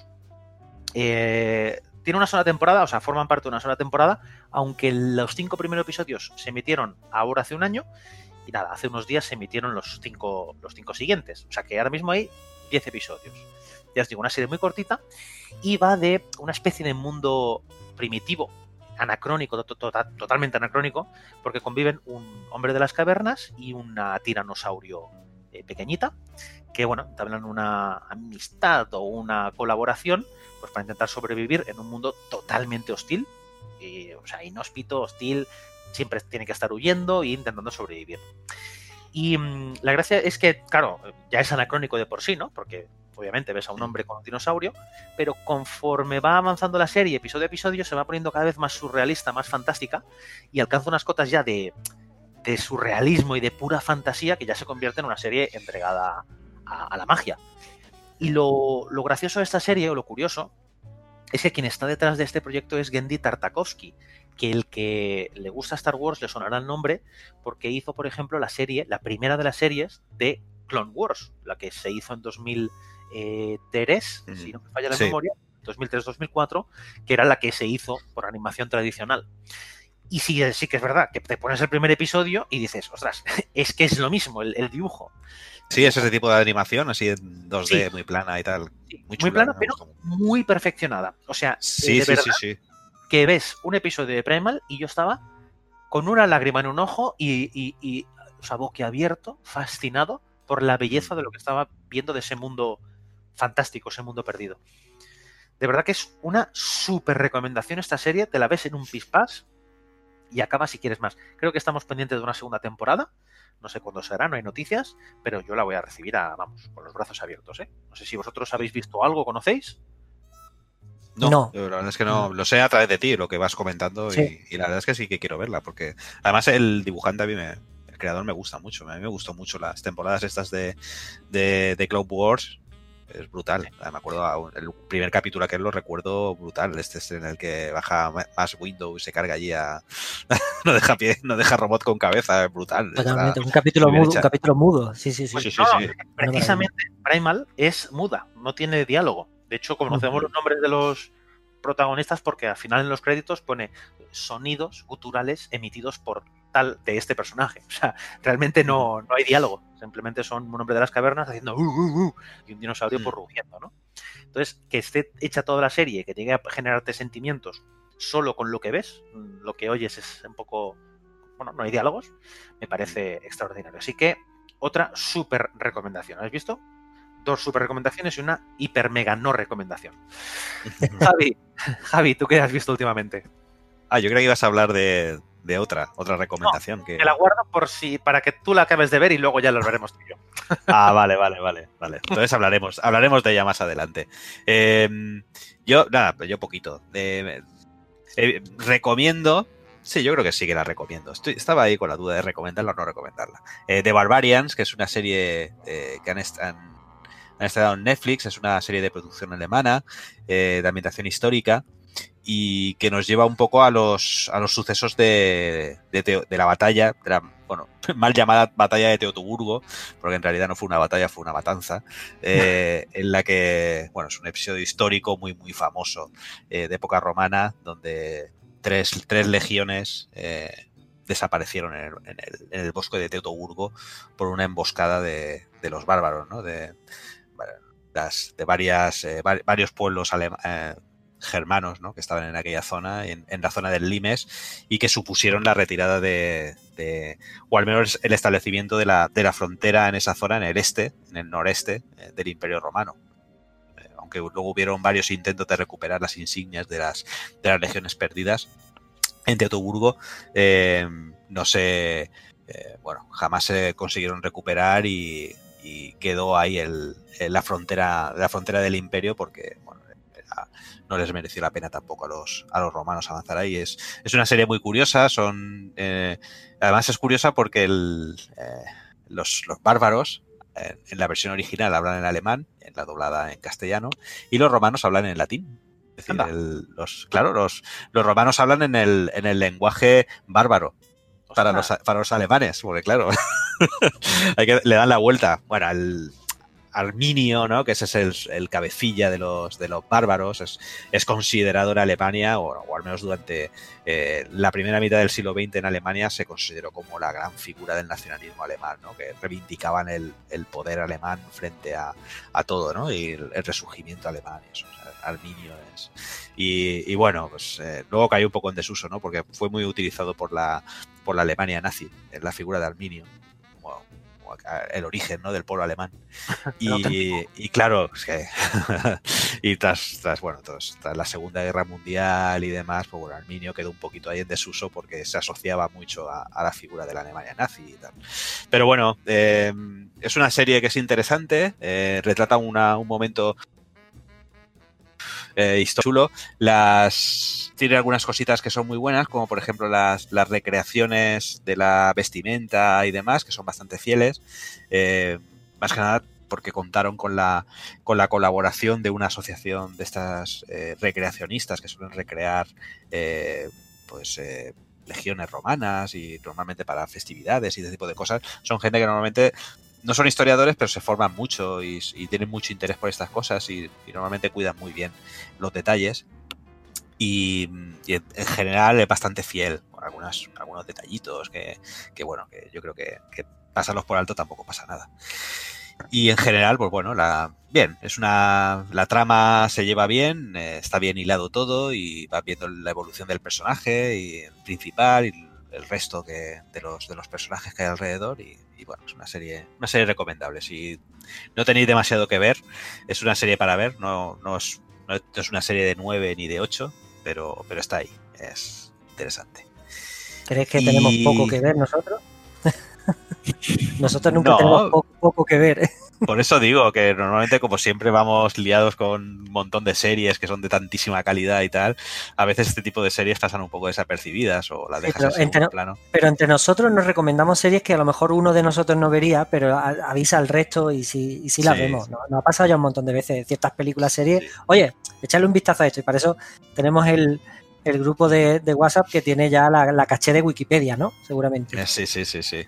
Eh, tiene una sola temporada, o sea, forman parte de una sola temporada, aunque los cinco primeros episodios se emitieron ahora hace un año, y nada, hace unos días se emitieron los cinco, los cinco siguientes. O sea que ahora mismo hay diez episodios. Ya os digo, una serie muy cortita y va de una especie de mundo primitivo, anacrónico, to to totalmente anacrónico, porque conviven un hombre de las cavernas y una tiranosaurio eh, pequeñita, que bueno, entablan una amistad o una colaboración pues para intentar sobrevivir en un mundo totalmente hostil, y, o sea, inhóspito, hostil, siempre tiene que estar huyendo e intentando sobrevivir. Y mmm, la gracia es que, claro, ya es anacrónico de por sí, ¿no? Porque obviamente ves a un hombre con un dinosaurio, pero conforme va avanzando la serie, episodio a episodio, se va poniendo cada vez más surrealista, más fantástica, y alcanza unas cotas ya de, de surrealismo y de pura fantasía que ya se convierte en una serie entregada a, a la magia. Y lo, lo gracioso de esta serie, o lo curioso, es que quien está detrás de este proyecto es Genndy Tartakovsky, que el que le gusta Star Wars le sonará el nombre porque hizo, por ejemplo, la serie, la primera de las series de Clone Wars, la que se hizo en dos mil tres, mm. si no me falla la sí. memoria, dos mil tres dos mil cuatro, que era la que se hizo por animación tradicional. Y sí, sí que es verdad que te pones el primer episodio y dices, ostras, es que es lo mismo el, el dibujo. Sí, es ese tipo de animación, así en dos D, Sí. muy plana y tal. Sí, Muy, muy chula, plana, me pero gustó mucho. muy perfeccionada. O sea, Sí, de sí, verdad sí, sí. que ves un episodio de Primal y yo estaba con una lágrima en un ojo y, y, y o sea, boquiabierto, fascinado por la belleza de lo que estaba viendo de ese mundo fantástico, ese mundo perdido. De verdad que es una súper recomendación esta serie, te la ves en un pispás y acaba si quieres más. Creo que estamos pendientes de una segunda temporada, no sé cuándo será, no hay noticias, pero yo la voy a recibir a, vamos, con los brazos abiertos, ¿eh? No sé si vosotros habéis visto algo, ¿conocéis? No, No. yo la verdad es que no, lo sé a través de ti, lo que vas comentando, Sí. y, y la verdad es que sí que quiero verla, porque además el dibujante a mí me, el creador me gusta mucho, a mí me gustó mucho las temporadas estas de, de, de Cloud Wars, es brutal, me acuerdo, el primer capítulo que lo recuerdo brutal, este es en el que baja más Windows y se carga allí a... no deja pie, no deja robot con cabeza, es brutal. Totalmente, un capítulo mudo, un capítulo mudo, sí, sí, sí. Pues sí, sí, no, sí. precisamente Primal es muda, no tiene diálogo. De hecho, conocemos uh-huh. los nombres de los protagonistas porque al final en los créditos pone sonidos guturales emitidos por tal de este personaje. O sea, realmente no, no hay diálogo. Simplemente son un hombre de las cavernas haciendo uh, uh, uh, y un dinosaurio por rugiendo, ¿no? Entonces, que esté hecha toda la serie, que llegue a generarte sentimientos solo con lo que ves, lo que oyes es un poco... Bueno, no hay diálogos, me parece extraordinario. Así que, otra súper recomendación. ¿Has visto? Dos super recomendaciones y una hiper mega no recomendación. Javi, Javi, ¿tú qué has visto últimamente? Ah, yo creo que ibas a hablar de, de otra, otra recomendación. No, que... Te la guardo por si, para que tú la acabes de ver y luego ya lo veremos tú y yo. Ah, vale, vale, vale, vale. Entonces hablaremos, hablaremos de ella más adelante. Eh, yo, nada, yo poquito. Eh, eh, recomiendo. Sí, yo creo que sí que la recomiendo. Estoy, estaba ahí con la duda de recomendarla o no recomendarla. Eh, The Barbarians, que es una serie eh, que han, est han, han estrenado en Netflix, es una serie de producción alemana, eh, de ambientación histórica, y que nos lleva un poco a los, a los sucesos de, de, Teo, de la batalla, de la, bueno, mal llamada batalla de Teutoburgo, porque en realidad no fue una batalla, fue una matanza, eh, en la que, bueno, es un episodio histórico muy, muy famoso, eh, de época romana, donde tres, tres legiones eh, desaparecieron en el, en, el, en el bosque de Teutoburgo por una emboscada de, de los bárbaros, ¿no? De, las, de varias, eh, varios pueblos alemanes, eh, germanos, ¿no? Que estaban en aquella zona, en, en la zona del Limes, y que supusieron la retirada de, de o al menos el establecimiento de la, de la frontera en esa zona, en el este, en el noreste eh, del Imperio Romano. Eh, aunque luego hubieron varios intentos de recuperar las insignias de las, de las legiones perdidas en Teutoburgo, eh, no sé, eh, bueno, jamás se consiguieron recuperar y, y quedó ahí el, la frontera, la frontera del Imperio porque, bueno, no les mereció la pena tampoco a los, a los romanos avanzar ahí. Es, es una serie muy curiosa, son eh, además es curiosa porque el, eh, los, los bárbaros eh, en la versión original hablan en alemán, en la doblada en castellano, y los romanos hablan en latín. Es decir, el, los, claro, los, los romanos hablan en el, en el lenguaje bárbaro para los, para los alemanes, porque claro, hay que, le dan la vuelta. Bueno, el Arminio, ¿no? Que ese es el, el cabecilla de los, de los bárbaros, es, es considerado en Alemania, o, o al menos durante eh, la primera mitad del siglo veinte en Alemania, se consideró como la gran figura del nacionalismo alemán, ¿no? Que reivindicaban el, el poder alemán frente a, a todo, ¿no? Y el, el resurgimiento alemán, eso, o sea, Arminio es... Y, y bueno, pues eh, luego cayó un poco en desuso, ¿no? Porque fue muy utilizado por la, por la Alemania nazi, en la figura de Arminio. El origen, ¿no? Del pueblo alemán y, y claro es que y tras, tras bueno tras, tras la Segunda Guerra Mundial y demás, pues bueno, Arminio quedó un poquito ahí en desuso porque se asociaba mucho a, a la figura de la Alemania nazi y tal. Pero bueno, eh, es una serie que es interesante, eh, retrata una, un momento Eh, chulo, las tiene algunas cositas que son muy buenas, como por ejemplo las, las recreaciones de la vestimenta y demás, que son bastante fieles, eh, más que nada porque contaron con la con la colaboración de una asociación de estas eh, recreacionistas que suelen recrear eh, pues eh, legiones romanas y normalmente para festividades y ese tipo de cosas. Son gente que normalmente no son historiadores, pero se forman mucho y, y tienen mucho interés por estas cosas y, y normalmente cuidan muy bien los detalles y, y en, en general es bastante fiel. Bueno, algunas, algunos detallitos que, que bueno, que yo creo que, que pasarlos por alto tampoco pasa nada. Y en general, pues bueno, la bien, es una la trama se lleva bien, eh, está bien hilado todo y va viendo la evolución del personaje y el principal y el resto que de los de los personajes que hay alrededor y, y bueno, es una serie una serie recomendable. Si no tenéis demasiado que ver, es una serie para ver, no no es, no es una serie de nueve ni de ocho, pero pero está ahí, es interesante. ¿Crees que y... tenemos poco que ver nosotros? Nosotros nunca no, tenemos poco, poco que ver. Por eso digo que normalmente, como siempre, vamos liados con un montón de series que son de tantísima calidad y tal. A veces este tipo de series pasan un poco desapercibidas o las dejas sí, en segundo no, plano. Pero entre nosotros nos recomendamos series que a lo mejor uno de nosotros no vería, pero a, avisa al resto y sí, y sí las sí, vemos. Sí. ¿no? Nos ha pasado ya un montón de veces ciertas películas, series. Sí. Oye, echarle un vistazo a esto y para eso tenemos el... el grupo de, de WhatsApp que tiene ya la, la caché de Wikipedia, ¿no? Seguramente. Sí, sí, sí, sí.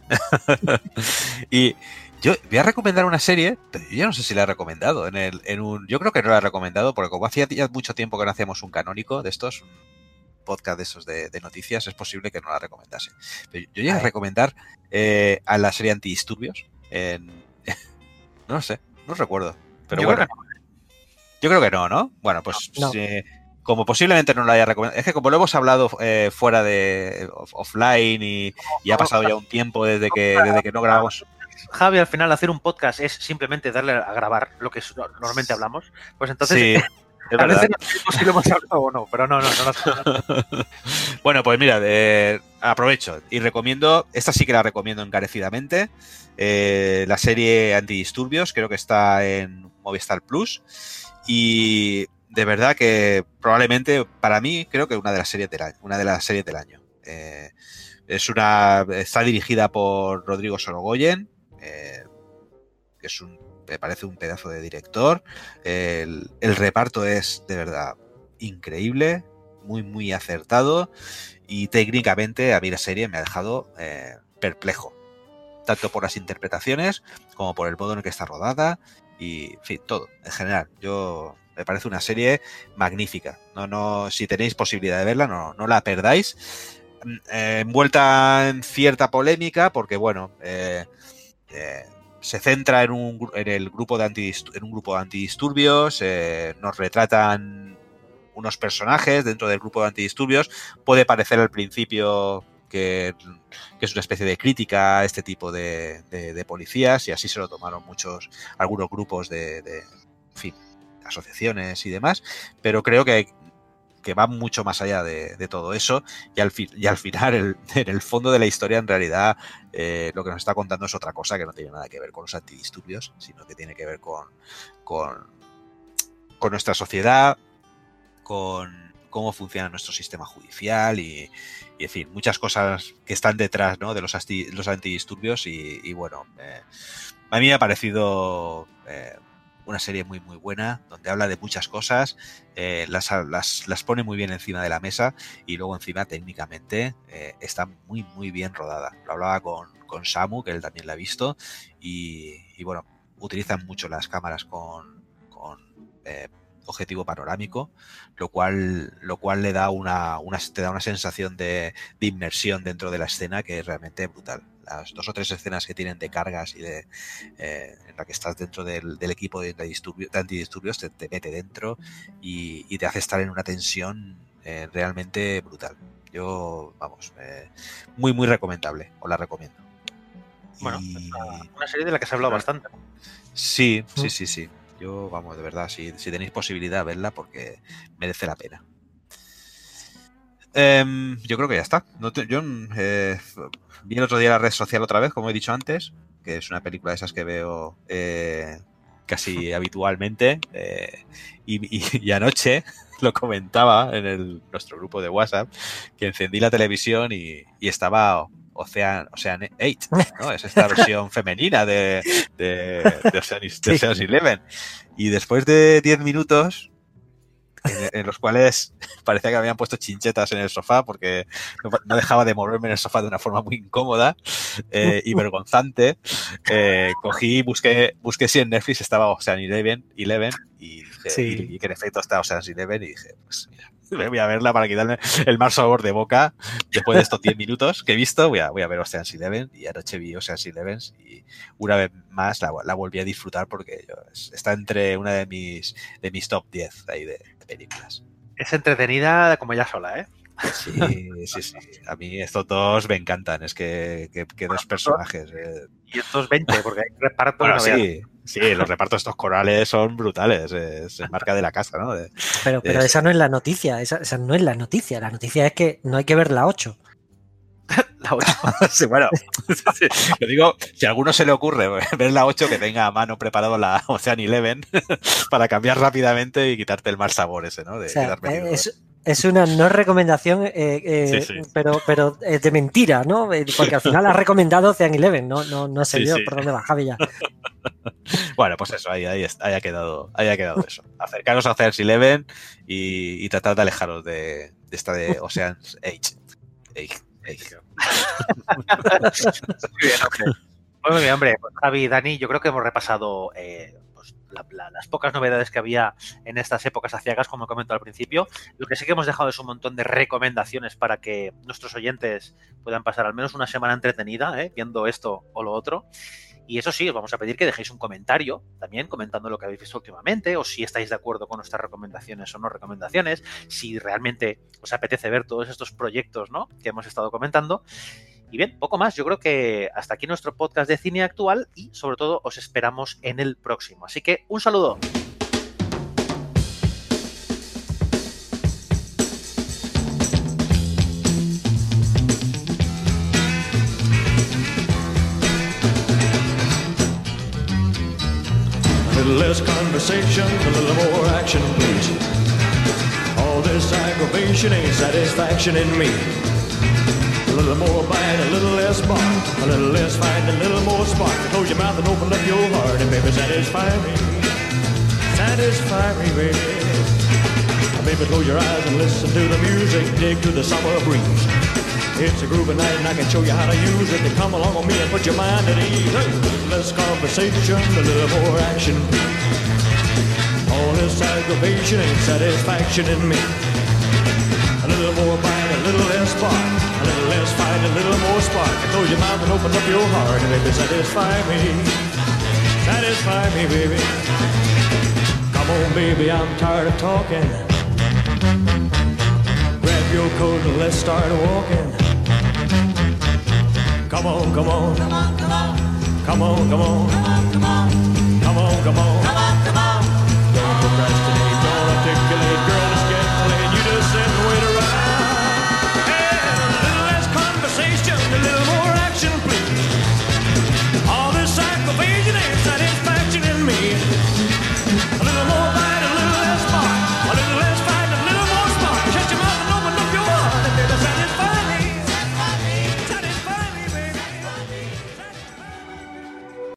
Y yo voy a recomendar una serie, pero yo no sé si la he recomendado. En el, en un, yo creo que no la he recomendado, porque como hacía ya mucho tiempo que no hacíamos un canónico de estos, un podcast de esos de, de noticias, es posible que no la recomendase. Pero yo llegué a recomendar eh, a la serie Antidisturbios. En, no lo sé, no recuerdo. Pero yo bueno. Creo que no. Yo creo que no, ¿no? Bueno, pues... No. Eh, como posiblemente no lo haya recomendado, es que como lo hemos hablado eh, fuera de off, offline y, y ha pasado ya un tiempo desde que, desde que no grabamos. Javi, al final hacer un podcast es simplemente darle a grabar lo que normalmente hablamos, pues entonces sí, es a verdad. veces no sé si lo hemos hablado o no, pero no, no, no. no. Bueno, pues mira, eh, aprovecho y recomiendo, esta sí que la recomiendo encarecidamente, eh, la serie Antidisturbios, creo que está en Movistar Plus y de verdad que probablemente para mí creo que una de las series del año, una de las series del año. Eh, es una está dirigida por Rodrigo Sorogoyen, eh, que es un me parece un pedazo de director. El, el reparto es de verdad increíble, muy muy acertado y técnicamente a mí la serie me ha dejado eh, perplejo, tanto por las interpretaciones como por el modo en el que está rodada y en fin, todo en general. Yo me parece una serie magnífica. No, no, si tenéis posibilidad de verla, no, no la perdáis. Eh, envuelta en cierta polémica, porque bueno, eh, eh, se centra en un en el grupo de antidisturbios, en un grupo de antidisturbios, eh, nos retratan unos personajes dentro del grupo de antidisturbios. Puede parecer al principio que, que es una especie de crítica a este tipo de, de, de policías, y así se lo tomaron muchos, algunos grupos de, de en fin, asociaciones y demás, pero creo que, que va mucho más allá de, de todo eso y al, fi, y al final el, en el fondo de la historia en realidad eh, lo que nos está contando es otra cosa que no tiene nada que ver con los antidisturbios, sino que tiene que ver con, con, con nuestra sociedad, con cómo funciona nuestro sistema judicial y, y en fin, muchas cosas que están detrás, ¿no?, de los, asti, los antidisturbios y, y bueno, eh, a mí me ha parecido eh, una serie muy muy buena, donde habla de muchas cosas, eh, las, las, las pone muy bien encima de la mesa y luego encima técnicamente eh, está muy muy bien rodada. Lo hablaba con, con Samu, que él también la ha visto, y, y bueno, utilizan mucho las cámaras con, con eh, objetivo panorámico, lo cual lo cual le da una, una te da una sensación de, de inmersión dentro de la escena que es realmente brutal. Las dos o tres escenas que tienen de cargas y de eh, en la que estás dentro del, del equipo de, de antidisturbios te, te mete dentro y, y te hace estar en una tensión eh, realmente brutal. Yo, vamos, eh, muy muy recomendable, os la recomiendo. Bueno, y... es una, una serie de la que se ha hablado bastante. Sí, sí, sí, sí. Yo, vamos, de verdad, si, si tenéis posibilidad, verla porque merece la pena. Eh, yo creo que ya está. No te, yo eh, vi el otro día la red social otra vez, como he dicho antes, que es una película de esas que veo eh, casi habitualmente. Eh, y, y, y anoche lo comentaba en el, nuestro grupo de WhatsApp, que encendí la televisión y, y estaba Ocean, Ocean ocho, ¿no? Es esta versión femenina de, de, de Ocean's de Ocean's Eleven. Y después de diez minutos, en, en los cuales parecía que habían puesto chinchetas en el sofá, porque no, no dejaba de moverme en el sofá de una forma muy incómoda eh, y vergonzante, eh, cogí y busqué, busqué si en Netflix estaba Ocean's Eleven, Eleven y, dije, sí. y, y que en efecto estaba Ocean's Eleven y dije, pues mira, Voy a verla para quitarme el mal sabor de boca después de estos diez minutos que he visto. Voy a, voy a ver Ocean's Eleven y anoche vi Ocean's Eleven y una vez más la, la volví a disfrutar porque yo, está entre una de mis de mis top diez ahí de, de películas. Es entretenida como ella sola, ¿eh? Sí, sí, sí. A mí estos dos me encantan. Es que, que, que dos personajes. Eh. Y estos veinte, porque hay repartos. Bueno, no sí, sí, los repartos de estos corales son brutales. Es, es marca de la casa, ¿no? De, pero pero de esa no es la noticia. Esa, esa no es la noticia. La noticia es que no hay que ver la ocho. La ocho. Sí, bueno, sí, lo digo, si a alguno se le ocurre ver la ocho, que tenga a mano preparado la Ocean Eleven para cambiar rápidamente y quitarte el mal sabor ese, ¿no? De o sea, quedar metido, es, es una no recomendación, eh, eh, sí, sí. pero pero es de mentira, ¿no? Porque al final has recomendado Ocean Eleven, no, no, no sé sí, yo sí. por dónde va, Javi, ya. Bueno, pues eso, ahí, ahí, ahí, ha, quedado, ahí ha quedado eso. Acercaros a Ocean's Eleven y, y tratar de alejaros de, de esta de Ocean's Eight. Eight. Eight. Muy bien, okay. Muy bien, hombre, pues Javi y Dani, yo creo que hemos repasado eh, pues, la, la, las pocas novedades que había en estas épocas aciagas, como he comentado al principio. Lo que sí que hemos dejado es un montón de recomendaciones para que nuestros oyentes puedan pasar al menos una semana entretenida, ¿eh? viendo esto o lo otro. Y eso sí, os vamos a pedir que dejéis un comentario también comentando lo que habéis visto últimamente o si estáis de acuerdo con nuestras recomendaciones o no recomendaciones, si realmente os apetece ver todos estos proyectos, ¿no?, que hemos estado comentando. Y bien, poco más. Yo creo que hasta aquí nuestro podcast de cine actual y sobre todo os esperamos en el próximo. Así que un saludo. Less conversation, a little more action, please. All this aggravation ain't satisfaction in me. A little more bite, a little less bark, a little less fight, a little more spark. Close your mouth and open up your heart, and baby, satisfy me. Satisfy me, baby. Baby, close your eyes and listen to the music, dig to the summer breeze. It's a groovy night and I can show you how to use it. Then come along with me and put your mind at ease. Less conversation, a little more action. All this aggravation ain't satisfaction in me. A little more bite, a little less spark. A little less fight, a little more spark. Close your mouth and open up your heart, and baby, satisfy me. Satisfy me, baby. Come on, baby, I'm tired of talking. Grab your coat and let's start walking. Come on, come on. Come on, come on. Come on, come on. Come on, come on. Come on, come on. Come on, come on. Don't procrastinate, don't articulate, girl.